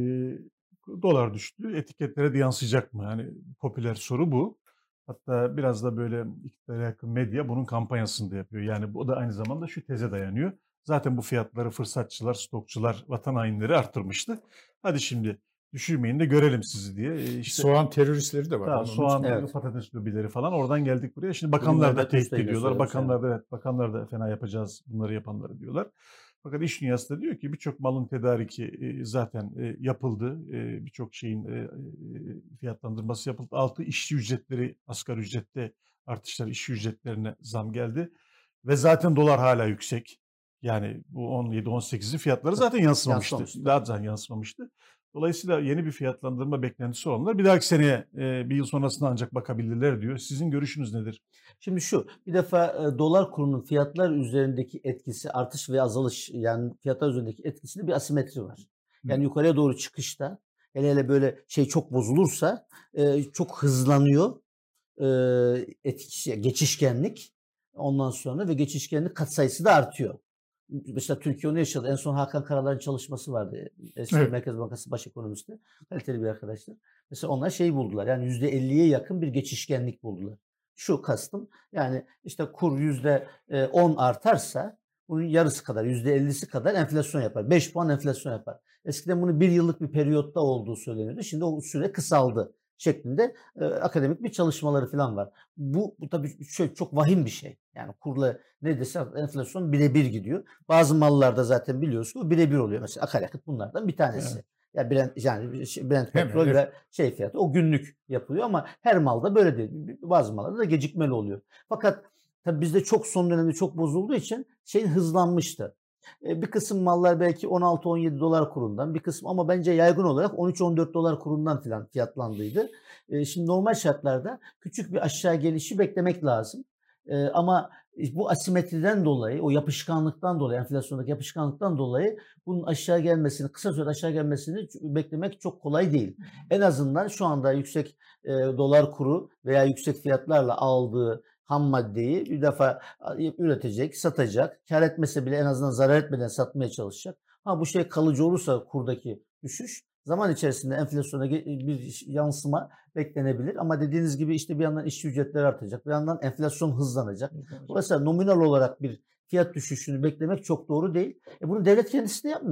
dolar düştü. Etiketlere de yansıyacak mı? Yani popüler soru bu. Hatta biraz da böyle iktidara yakın medya bunun kampanyasını da yapıyor. Yani bu da aynı zamanda şu teze dayanıyor. Zaten bu fiyatları fırsatçılar, stokçular, vatan hainleri arttırmıştı. Hadi şimdi düşürmeyin de görelim sizi diye. İşte, soğan teröristleri de var. Tamam, soğan, evet. patates lobileri falan oradan geldik buraya. Şimdi bakanlar da tehdit ediyorlar. Bakanlar da, evet, bakanlar da fena yapacağız bunları yapanları diyorlar. Fakat iş dünyası da diyor ki birçok malın tedariki zaten yapıldı. Birçok şeyin fiyatlandırması yapıldı. Altı işçi ücretleri, asgari ücrette artışlar, işçi ücretlerine zam geldi. Ve zaten dolar hala yüksek. Yani bu on yedi on sekizi fiyatları zaten yansımamıştı. Yansımamıştı. Daha zaten yansımamıştı. Dolayısıyla yeni bir fiyatlandırma beklentisi olanlar bir dahaki seneye bir yıl sonrasında ancak bakabilirler diyor. Sizin görüşünüz nedir? Şimdi şu, bir defa e, dolar kurunun fiyatlar üzerindeki etkisi, artış ve azalış, yani fiyatlar üzerindeki etkisinde bir asimetri var. Yani yukarıya doğru çıkışta, hele hele böyle şey çok bozulursa e, çok hızlanıyor e, etkisi, geçişkenlik ondan sonra ve geçişkenlik katsayısı da artıyor. Mesela Türkiye onu yaşadı. En son Hakan Karalar'ın çalışması vardı. Eski Evet. Merkez Bankası baş ekonomisti. Kaliteli bir arkadaşlar. Mesela onlar şeyi buldular. Yani yüzde elliye yakın bir geçişkenlik buldular. Şu kastım yani işte kur yüzde on artarsa bunun yarısı kadar, yüzde ellisi kadar enflasyon yapar. beş puan enflasyon yapar. Eskiden bunu bir yıllık bir periyotta olduğu söyleniyordu. Şimdi o süre kısaldı şeklinde e, akademik bir çalışmaları falan var. Bu, bu tabii şöyle çok vahim bir şey. Yani kurla ne dese enflasyon birebir gidiyor. Bazı mallarda zaten biliyorsun o birebir oluyor. Mesela akaryakıt bunlardan bir tanesi. Evet. Yani Brent, yani Brent petrol Hemen, ve şey fiyatı o günlük yapılıyor ama her malda böyle değil. Bazı mallarda da gecikmeli oluyor. Fakat tabii bizde çok son dönemde çok bozulduğu için şey hızlanmıştı. Bir kısım mallar belki on altı on yedi dolar kurundan, bir kısım ama bence yaygın olarak on üç on dört dolar kurundan filan fiyatlandıydı. Şimdi normal şartlarda küçük bir aşağı gelişi beklemek lazım. Ama bu asimetriden dolayı, o yapışkanlıktan dolayı, enflasyondaki yapışkanlıktan dolayı bunun aşağı gelmesini, kısa sürede aşağı gelmesini beklemek çok kolay değil. En azından şu anda yüksek dolar kuru veya yüksek fiyatlarla aldığı ham maddeyi bir defa üretecek, satacak. Kar etmese bile en azından zarar etmeden satmaya çalışacak. Ha bu şey kalıcı olursa kurdaki düşüş zaman içerisinde enflasyona bir yansıma beklenebilir. Ama dediğiniz gibi işte bir yandan işçi ücretleri artacak, bir yandan enflasyon hızlanacak. Dolayısıyla nominal olarak bir fiyat düşüşünü beklemek çok doğru değil. E bunu devlet kendisi de yapmıyor.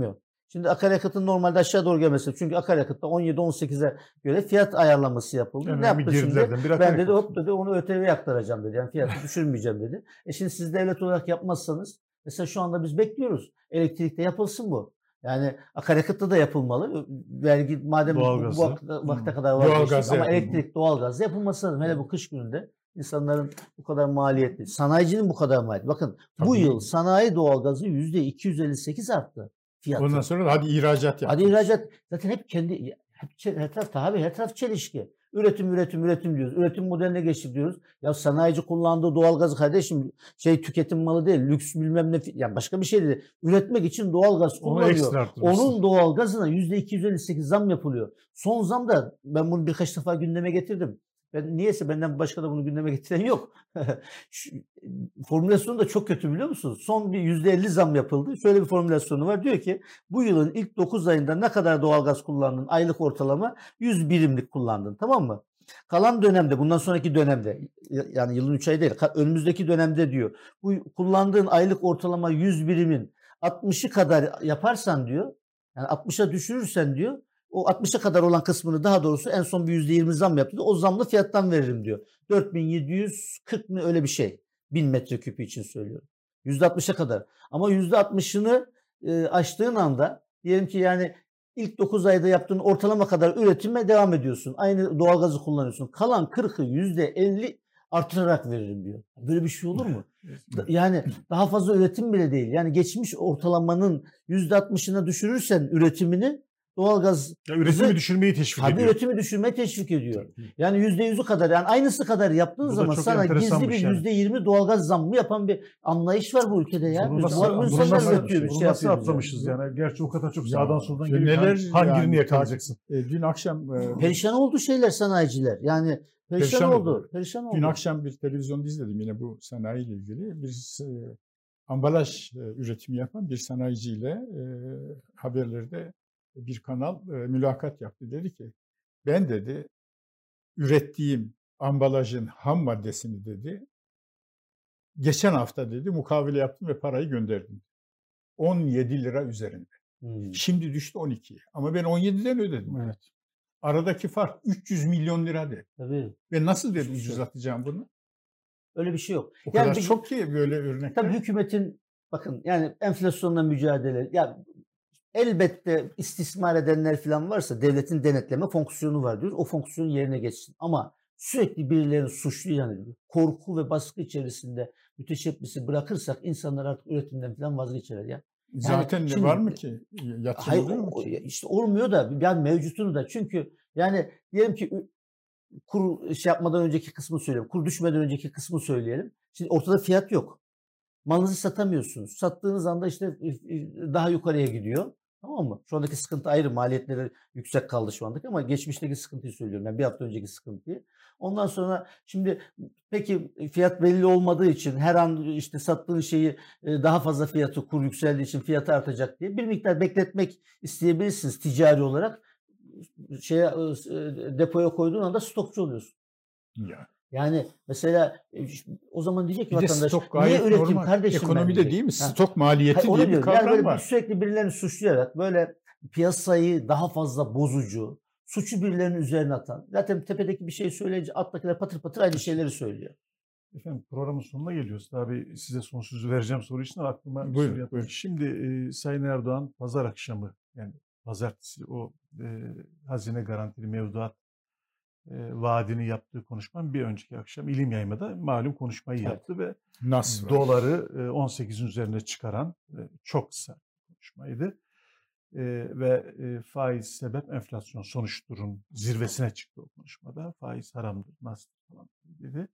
Şimdi akaryakıtın normalde aşağı doğru gelmesi. Çünkü akaryakıtta on yedi on sekize göre fiyat ayarlaması yapıldı. Önemli ne yaptı şimdi? girdilerden biri Ben dedi akaryakıt. hop dedi onu ÖTV'ye aktaracağım dedi. Yani fiyatı düşürmeyeceğim dedi. E şimdi siz devlet olarak yapmazsanız mesela şu anda biz bekliyoruz. Elektrikte yapılsın bu. Yani akaryakıtta da yapılmalı. Vergi madem bu, bu Doğalgazı. vakte, vakte Hı. kadar Doğalgazda vazgeçtik ama yapılmalı. elektrik, doğalgaz da yapılması lazım. Hele bu kış gününde insanların bu kadar maliyetli, sanayicinin bu kadar maliyetli. Bakın bu Tabii. yıl sanayi doğalgazı yüzde iki yüz elli sekiz arttı fiyatı. Ondan sonra da hadi ihracat Hadi yapıyoruz. ihracat zaten hep kendi hep çe- her taraf tabi her taraf çelişki. Üretim üretim üretim diyoruz. Üretim modeline geçtik diyoruz. Ya sanayici kullandığı doğalgazı kardeşim şey tüketim malı değil. Lüks bilmem ne yani başka bir şey değil. Üretmek için doğalgaz Onu kullanıyor. ekstra arttırmışsın. Onun doğalgazına yüzde iki yüz elli sekiz zam yapılıyor. Son zam da ben bunu birkaç defa gündeme getirdim. Ben niyeyse benden başka da bunu gündeme getiren yok. Şu, formülasyonu da çok kötü biliyor musunuz? Son bir yüzde elli zam yapıldı. Şöyle bir formülasyonu var. Diyor ki bu yılın ilk dokuz ayında ne kadar doğalgaz kullandın? Aylık ortalama yüz birimlik kullandın. Tamam mı? Kalan dönemde, bundan sonraki dönemde yani yılın üç ayı değil, önümüzdeki dönemde diyor. Bu kullandığın aylık ortalama yüz birimin altmışı kadar yaparsan diyor. Yani altmışa düşürürsen diyor. O altmışa kadar olan kısmını daha doğrusu en son bir yüzde yirmi zam yaptı. O zamlı fiyattan veririm diyor. dört bin yedi yüz kırk mı öyle bir şey. bin metreküpü için söylüyorum. yüzde altmışa kadar. Ama yüzde altmışını e, aştığın anda diyelim ki yani ilk dokuz ayda yaptığın ortalama kadar üretime devam ediyorsun. Aynı doğalgazı kullanıyorsun. Kalan kırkı yüzde elli artırarak veririm diyor. Böyle bir şey olur mu? Yani daha fazla üretim bile değil. Yani geçmiş ortalamanın yüzde altmışına düşürürsen üretimini doğalgaz Ya üretimi bize- düşürmeyi teşvik tabii ediyor. üretimi düşürmeye teşvik ediyor. Yani yüzde yüzü kadar yani aynısı kadar yaptığın Bu da zaman çok sana gizli enteresanmış bir yani. yüzde yirmi doğalgaz zammı yapan bir anlayış var bu ülkede ya. Bunu Biz nasıl, bu bunu insanlar nasıl, üretiyor bir bunu şey nasıl yapıyoruz. atlamışız yani. yani. Gerçi o kadar çok Ya, sağdan soldan işte geliyor. neler ki hangirini yani yakalayacaksın? E, dün akşam e, Perişan oldu şeyler sanayiciler. Yani perişan, Perişan oldu. oldu. Perişan oldu. dün akşam bir televizyonda izledim yine bu sanayiyle ilgili bir e, ambalaj e, üretimi yapan bir sanayiciyle e, haberlerde bir kanal e, mülakat yaptı. Dedi ki ben dedi ürettiğim ambalajın ham maddesini dedi geçen hafta dedi mukavele yaptım ve parayı gönderdim. on yedi lira üzerinde. Hmm. Şimdi düştü on ikiye. Ama ben on yediden ödedim. Evet. Aradaki fark üç yüz milyon lira dedi. Tabii. Ve nasıl dedi Hiçbir şey yok. ucuzlatacağım bunu? Öyle bir şey yok. O Yani kadar bir- çok ki böyle örnekler. Tabii hükümetin bakın yani enflasyonla mücadele ya elbette istismar edenler falan varsa devletin denetleme fonksiyonu var diyoruz. O fonksiyon yerine geçsin. Ama sürekli birilerini suçlayan korku ve baskı içerisinde müteşebbisi bırakırsak insanlar artık üretimden falan vazgeçerler ya. Zaten ne şimdi- var mı ki? Hayır Yatırılıyor mu o- ki? işte olmuyor da yani mevcutunu da çünkü yani diyelim ki ü- kur şey yapmadan önceki kısmı söyleyelim. Kur düşmeden önceki kısmı söyleyelim. Şimdi ortada fiyat yok. Malınızı satamıyorsunuz. Sattığınız anda işte daha yukarıya gidiyor. Tamam mı? Şu andaki sıkıntı ayrı. Maliyetleri yüksek kaldı şu andaki ama geçmişteki sıkıntıyı söylüyorum. Yani bir hafta önceki sıkıntıyı. Ondan sonra şimdi peki fiyat belli olmadığı için her an işte sattığın şeyi daha fazla fiyatı kur yükseldiği için fiyatı artacak diye bir miktar bekletmek isteyebilirsiniz ticari olarak. Şeye depoya koyduğun anda stokçu oluyorsun. Ya. Yani mesela o zaman diyecek ki Bir de vatandaş stok niye gayet üreteyim normal. kardeşim ben Ekonomide diyecek. değil mi? Ha. Stok maliyeti Hayır, onu diye bir diyorum. Yani kavram böyle var. sürekli birilerini suçlayarak böyle piyasayı daha fazla bozucu, suçu birilerinin üzerine atan. Zaten tepedeki bir şey söyleyince alttakiler patır patır aynı şeyleri söylüyor. Efendim programın sonuna geliyoruz. Tabii size son sözü vereceğim soru için ama aklıma bir Buyurun, soru yattı. buyurun. Şimdi e, Sayın Erdoğan pazar akşamı yani pazartesi o e, hazine garantili mevduat e, vaadini yaptığı konuşmanın bir önceki akşam İlim Yayımı'da malum konuşmayı Evet. yaptı ve Nasıl var? doları e, on sekizin üzerine çıkaran e, çok kısa konuşmaydı. E, ve e, faiz sebep enflasyon sonuçturun zirvesine çıktı o konuşmada. Faiz haramdır, nasıl falan dedi.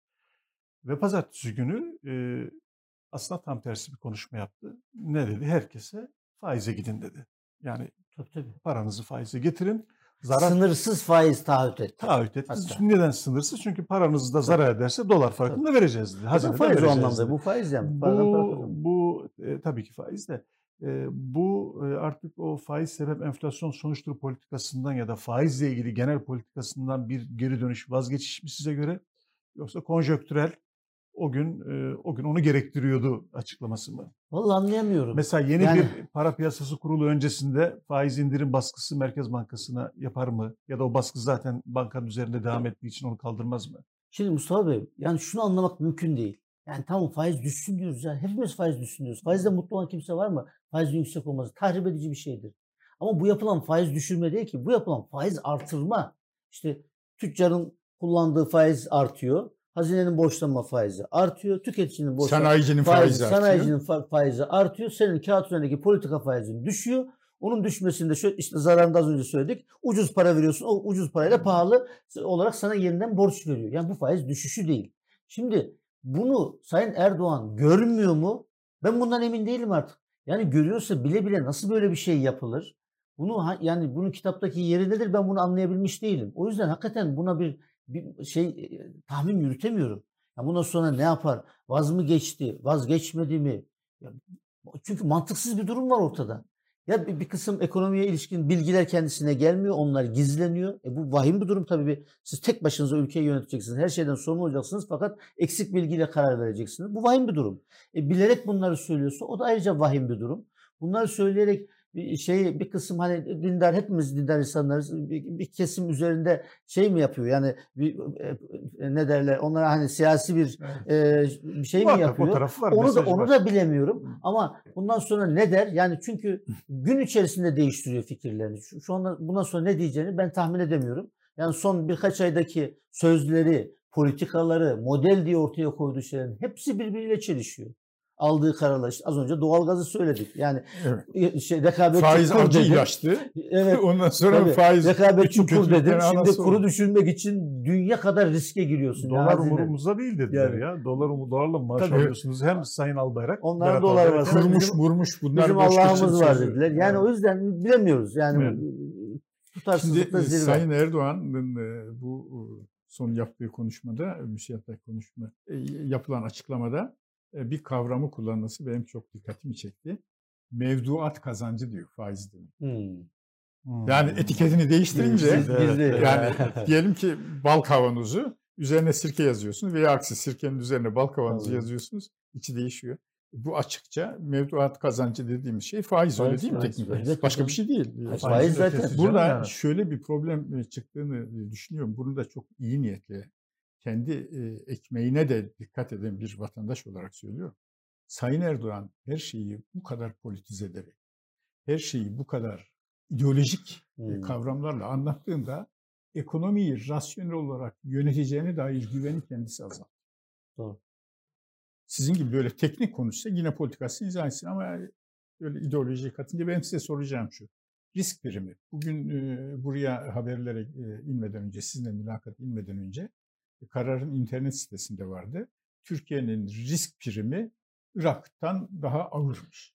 Ve pazartesi günü e, aslında tam tersi bir konuşma yaptı. Ne dedi? Herkese faize gidin dedi. Yani Tabii tabii. paranızı faize getirin. Zarar Sınırsız faiz taahhüt etti. taahhüt etti. Hatta. Neden sınırsız? Çünkü paranız da zarar ederse dolar farkını vereceğiz dedi. Zaten Hazineden faiz o vereceğiz anlamda. dedi. Bu faiz yani. Paradan para Bu, kazanıyor. bu e, tabii ki faiz de e, bu e, artık o faiz sebep enflasyon sonuçtur politikasından ya da faizle ilgili genel politikasından bir geri dönüş vazgeçiş mi size göre? Yoksa konjonktürel o gün e, o gün onu gerektiriyordu açıklaması mı? Vallahi anlayamıyorum. Mesela yeni Yani- bir para piyasası kurulu öncesinde faiz indirim baskısı Merkez Bankası'na yapar mı? Ya da o baskı zaten bankanın üzerinde devam ettiği için onu kaldırmaz mı? Şimdi Mustafa Bey, yani şunu anlamak mümkün değil. Yani tamam faiz düşsün diyoruz ya. Hepimiz faiz düşsün diyoruz. Faizle mutlu olan kimse var mı? Faizin yüksek olması tahrip edici bir şeydir. Ama bu yapılan faiz düşürme değil ki. Bu yapılan faiz artırma. İşte tüccarın kullandığı faiz artıyor. Hazinenin borçlanma faizi artıyor. Tüketicinin borçlanma Sanayicinin faizi, faizi artıyor. sanayicinin fa- faizi artıyor. Senin kağıt üzerindeki politika faizin düşüyor. Onun düşmesinde şöyle işte zararını da az önce söyledik. Ucuz para veriyorsun. O ucuz parayla pahalı olarak sana yeniden borç veriyor. Yani bu faiz düşüşü değil. Şimdi bunu Sayın Erdoğan görmüyor mu? Ben bundan emin değilim artık. Yani görüyorsa bile bile nasıl böyle bir şey yapılır? Bunu ha- yani bunun kitaptaki yeri nedir ben bunu anlayabilmiş değilim. O yüzden hakikaten buna bir bir şey e, tahmin yürütemiyorum. Ya bundan sonra ne yapar? Vaz mı geçti? Vazgeçmedi mi? Ya, çünkü mantıksız bir durum var ortada. Ya bir, bir kısım ekonomiye ilişkin bilgiler kendisine gelmiyor. Onlar gizleniyor. E bu vahim bir durum tabii. Bir, siz tek başınıza ülkeyi yöneteceksiniz. Her şeyden sorumlu olacaksınız. Fakat eksik bilgiyle karar vereceksiniz. Bu vahim bir durum. E bilerek bunları söylüyorsa o da ayrıca vahim bir durum. Bunları söyleyerek bir şey bir kısım hani dindar hepimiz dindar insanlarız. Bir, bir kesim üzerinde şey mi yapıyor? Yani bir, e, ne derler? Onlara hani siyasi bir e, bir şey mi Muhakkak yapıyor? o tarafı var, Onu da mesaj onu var. da bilemiyorum. Ama bundan sonra ne der? Yani çünkü gün içerisinde değiştiriyor fikirlerini. Şu, şu anda bundan sonra ne diyeceğini ben tahmin edemiyorum. Yani son birkaç aydaki sözleri, politikaları, model diye ortaya koyduğu şeylerin hepsi birbiriyle çelişiyor. Aldığı kararlar. İşte az önce doğalgazı söyledik. Yani Evet. şey rekabetçi Faiz kur acı dedi. ilaçtı. Evet. Ondan sonra Tabii, faiz rekabetçi bütün kur dedim. kötülüklerin Şimdi anası kuru oldu. düşürmek için dünya kadar riske giriyorsun. ya Dolar hazine. umurumuzda değil dediler Yani. ya. Dolar umu- dolarla mı maaş Tabii. alıyorsunuz? Hem Sayın Albayrak. Onların Berat doları Albayrak, var. hem- Vurmuş Bizim- vurmuş bunlar Bizim boş geçin Allah'ımız var sözü. dediler. Yani Evet. o yüzden bilemiyoruz. Yani Evet. Şimdi tutarsızlıkla e, zirve. Sayın Erdoğan'ın e, bu e, son yaptığı konuşmada, müsiyatla konuşma, e, yapılan açıklamada e, bir kavramı kullanması benim çok dikkatimi çekti. Mevduat kazancı diyor, faiz değil. Hmm. Hmm. Yani etiketini değiştirince Gizli, gizli. Evet, yani diyelim ki bal kavanozu üzerine sirke yazıyorsunuz veya aksi sirkenin üzerine bal kavanozu Tabii. yazıyorsunuz, içi değişiyor. Bu açıkça mevduat kazancı dediğimiz şey faiz, öyle Faiz, değil mi faiz. teknik olarak? Elbette Başka canım. bir şey değil. Faiz Faizin zaten. ötesi Burada canım yani. şöyle bir problem e, çıktığını e, düşünüyorum. Bunu da çok iyi niyetle kendi e, ekmeğine de dikkat eden bir vatandaş olarak söylüyorum. Sayın Erdoğan her şeyi bu kadar politize ederek, her şeyi bu kadar ideolojik e, Hmm. kavramlarla anlattığında ekonomiyi rasyonel olarak yöneteceğine dair güveni kendisi azalttı. Doğru. Sizin gibi böyle teknik konuşsa yine politikasını izah etsin ama böyle ideolojiye katınca ben size soracağım şu. Risk primi. Bugün e, buraya haberlere e, inmeden önce, sizinle mülakat inmeden önce e, kararın internet sitesinde vardı. Türkiye'nin risk primi Irak'tan daha ağırmış.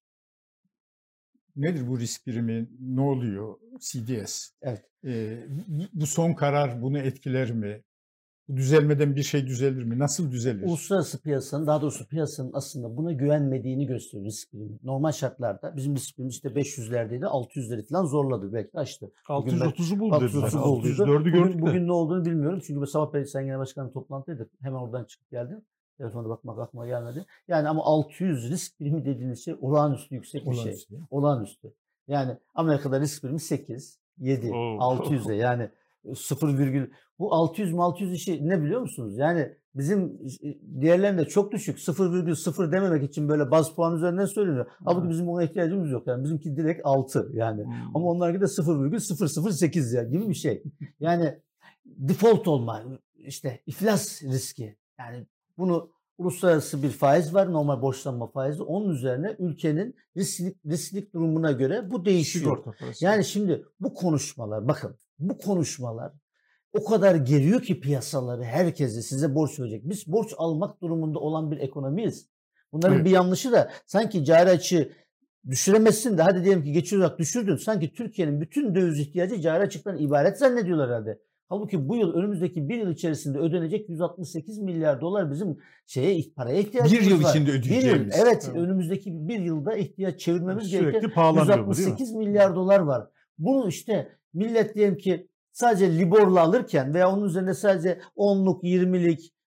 Nedir bu risk primi? Ne oluyor? C D S. Evet. E, bu son karar bunu etkiler mi? Bu düzelmeden bir şey düzelir mi? Nasıl düzelir? Uluslararası piyasanın, daha doğrusu piyasanın aslında buna güvenmediğini gösteriyor risk primi. Normal şartlarda bizim risk primimiz işte beş yüzlerdeydi, altı yüzleri falan zorladı, belki aştı. altı yüz otuzu buldu altı yüz dediler. otuz altı yüz olduydu. dördü Bugün, gördük de. bugün ne olduğunu bilmiyorum. Çünkü ben sabah Bey Sayın Genel Başkan'ın toplantıdaydık. Hemen oradan çıkıp geldim. Telefonda bakmak aklıma gelmedi. Yani ama altı yüz risk primi dediğiniz şey olağanüstü yüksek bir Olağanüstü. şey. Olağanüstü. Yani Amerika'da risk primi sekiz, yedi, Oo. altı yüze yani sıfır virgül bu altı yüz altı yüz işi ne biliyor musunuz? Yani bizim diğerlerinde çok düşük. sıfır virgül sıfır dememek için böyle baz puan üzerinden söyleniyor. Halbuki bizim buna ihtiyacımız yok. Yani bizimki direkt altı yani. Hmm. Ama onlarınki de sıfır virgül sıfır sıfır sekiz ya gibi bir şey. Yani default olma, işte iflas riski. Yani bunu uluslararası bir faiz var, normal borçlanma faizi. Onun üzerine ülkenin risklik, risklik durumuna göre bu değişiyor. Sigorta parası. Yani şimdi bu konuşmalar, bakın bu konuşmalar o kadar geriyor ki piyasaları, herkesi size borç verecek. Biz borç almak durumunda olan bir ekonomiyiz. Bunların Evet. bir yanlışı da sanki cari açığı düşüremezsin de hadi diyelim ki geçici olarak düşürdün. Sanki Türkiye'nin bütün döviz ihtiyacı cari açıktan ibaret zannediyorlar herhalde. Halbuki bu yıl önümüzdeki bir yıl içerisinde ödenecek yüz altmış sekiz milyar dolar bizim şeye paraya ihtiyacımız Bir yıl var. içinde Bir yıl, ödeyeceğimiz. evet, Evet. önümüzdeki bir yılda ihtiyaç çevirmemiz Sürekli gereken pahalanıyor yüz bu, altmış değil mi? sekiz milyar dolar var. Bunu işte millet diyelim ki sadece Libor'la alırken veya onun üzerinde sadece onluk, yirmilik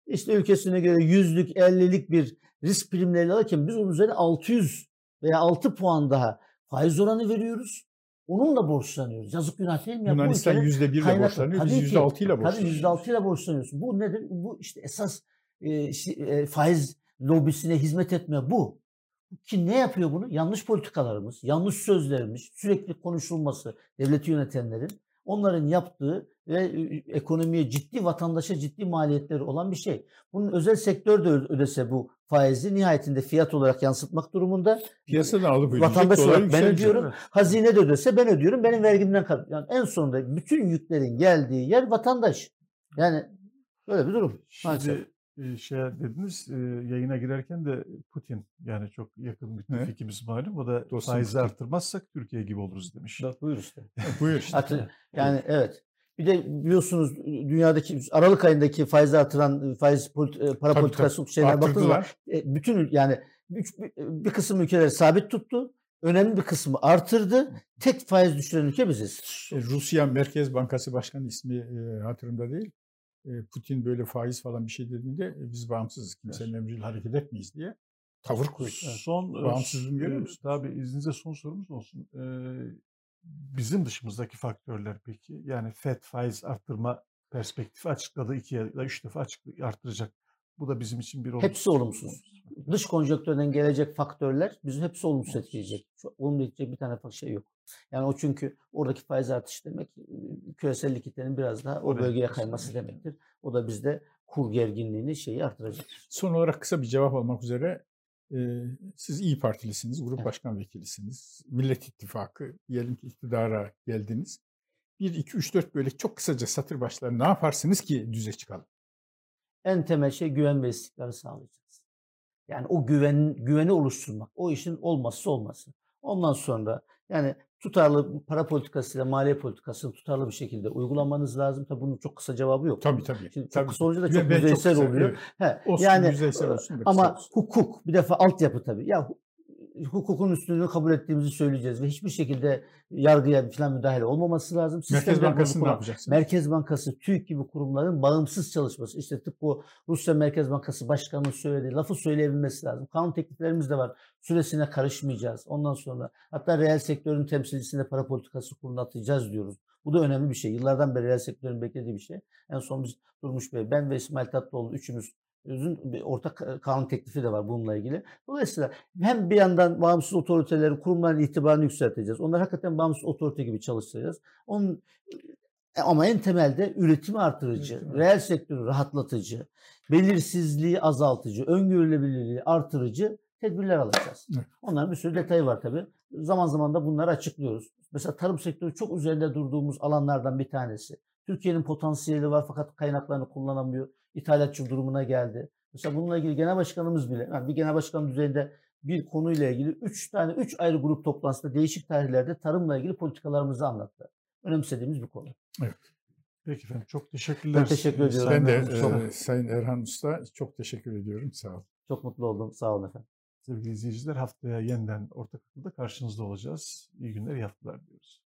işte ülkesine göre yüzlük, ellilik bir risk primleri alırken biz onun üzerine altı yüz veya altı puan daha faiz oranı veriyoruz. Onunla borçlanıyoruz. Yazık günah değil mi? Ya? Yunanistan yüzde bir ile borçlanıyor, biz yüzde altı ile borçlanıyoruz. Tabii yüzde altı ile borçlanıyorsun. Bu nedir? Bu işte esas e, e, faiz lobisine hizmet etme bu. Ki ne yapıyor bunu? Yanlış politikalarımız, yanlış sözlerimiz, sürekli konuşulması devleti yönetenlerin onların yaptığı ve ekonomiye ciddi, vatandaşa ciddi maliyetleri olan bir şey. Bunun özel sektör de ödese bu faizi nihayetinde fiyat olarak yansıtmak durumunda. Piyasadan alıp ödeyecek, vatandaş olarak ben yükselecek. ödüyorum. Hazine de ödese ben ödüyorum. Benim vergimden kalıyor. Yani en sonunda bütün yüklerin geldiği yer vatandaş. Yani böyle bir durum. Şimdi e, şey dediniz e, yayına girerken de Putin, yani çok yakın müttefikimiz malum. O da Dostum faizi Putin. arttırmazsak Türkiye gibi oluruz demiş. Bak buyur işte. Buyur işte. Hatta, yani evet. Bir de biliyorsunuz dünyadaki Aralık ayındaki faizi artıran faiz politi- para Tabii, politikası tabii. şeyler baktığınız zaman Arttırdılar. e, bütün yani üç- bir, bir kısım ülkeleri sabit tuttu. Önemli bir kısmı artırdı. Tek faiz düşüren ülke biziz. E, Rusya Merkez Bankası Başkanı ismi e, hatırımda değil. E, Putin böyle faiz falan bir şey dediğinde e, biz bağımsızız, kimsenin emriyle hareket etmeyiz diye tavır koydu. Son Bağımsızlığını görüyor e, musun? Tabii izninizle son sorumuz olsun. E, bizim dışımızdaki faktörler peki? Yani F E D faiz arttırma perspektifi açıkladı. iki ya da üç defa açık, arttıracak. Bu da bizim için bir olumsuz. Hepsi olumsuz. Dış konjonktürden gelecek faktörler bizi hepsi olumsuz etkileyecek. Şu olumlu etkileyecek bir tane şey yok. Yani o çünkü oradaki faiz artışı demek küresel likiditenin biraz daha o bölgeye kayması demektir. O da bizde kur gerginliğini şeyi artıracak. Son olarak kısa bir cevap almak üzere e, siz İYİ Partilisiniz, grup Evet. başkan vekilisiniz. Millet İttifakı, diyelim ki iktidara geldiniz. bir, iki, üç, dört böyle çok kısaca satır başları ne yaparsınız ki düze çıkalım? En temel şey güven ve istikrarı sağlayacağız. Yani o güven, güveni oluşturmak. O işin olmazsa olması. Ondan sonra yani tutarlı para politikasıyla maliye politikasını tutarlı bir şekilde uygulamanız lazım. Tabii bunun çok kısa cevabı yok. Tabii tabii. Şimdi çok tabii. kısa olunca da Ve- çok ve yüzeysel kısa, oluyor. evet. He, Olsun, yani yüzeysel olsun da kısa ama olsun. hukuk bir defa altyapı tabii. Ya hu- hukukun üstünlüğünü kabul ettiğimizi söyleyeceğiz ve hiçbir şekilde yargıya falan müdahale olmaması lazım. Merkez Sistemden Bankası'nı ne kurulan- yapacaksınız? Merkez Bankası, TÜİK gibi kurumların bağımsız çalışması. İşte tıpkı o Rusya Merkez Bankası Başkanı'nın söylediği lafı söyleyebilmesi lazım. Kanun tekliflerimiz de var. Süresine karışmayacağız. Ondan sonra hatta reel sektörün temsilcisine para politikası kuruluna atacağız diyoruz. Bu da önemli bir şey. Yıllardan beri reel sektörün beklediği bir şey. En son biz Durmuş Bey, ben ve İsmail Tatlıoğlu üçümüz bir ortak kanun teklifi de var bununla ilgili. Dolayısıyla hem bir yandan bağımsız otoriteleri, kurumların itibarını yükselteceğiz. Onları hakikaten bağımsız otorite gibi çalıştıracağız. Onun, ama en temelde üretimi artırıcı, Evet, evet. reel sektörü rahatlatıcı, belirsizliği azaltıcı, öngörülebilirliği artırıcı tedbirler alacağız. Evet. Onların bir sürü detayı var tabii. Zaman zaman da bunları açıklıyoruz. Mesela tarım sektörü çok üzerinde durduğumuz alanlardan bir tanesi. Türkiye'nin potansiyeli var fakat kaynaklarını kullanamıyor. İthalatçı durumuna geldi. Mesela bununla ilgili genel başkanımız bile, yani bir genel başkan düzeyinde bir konuyla ilgili üç tane, üç ayrı grup toplantısında değişik tarihlerde tarımla ilgili politikalarımızı anlattı. Önemsediğimiz bir konu. Evet. Peki efendim, çok teşekkürler. Ben teşekkür Ee, ediyorum. Sayın Ben de Erhan Usta. e, Sayın Erhan Usta çok teşekkür ediyorum. Sağ olun. Çok mutlu oldum. Sağ olun efendim. Sevgili izleyiciler, haftaya yeniden ortak akılda karşınızda olacağız. İyi günler, iyi haftalar diliyoruz.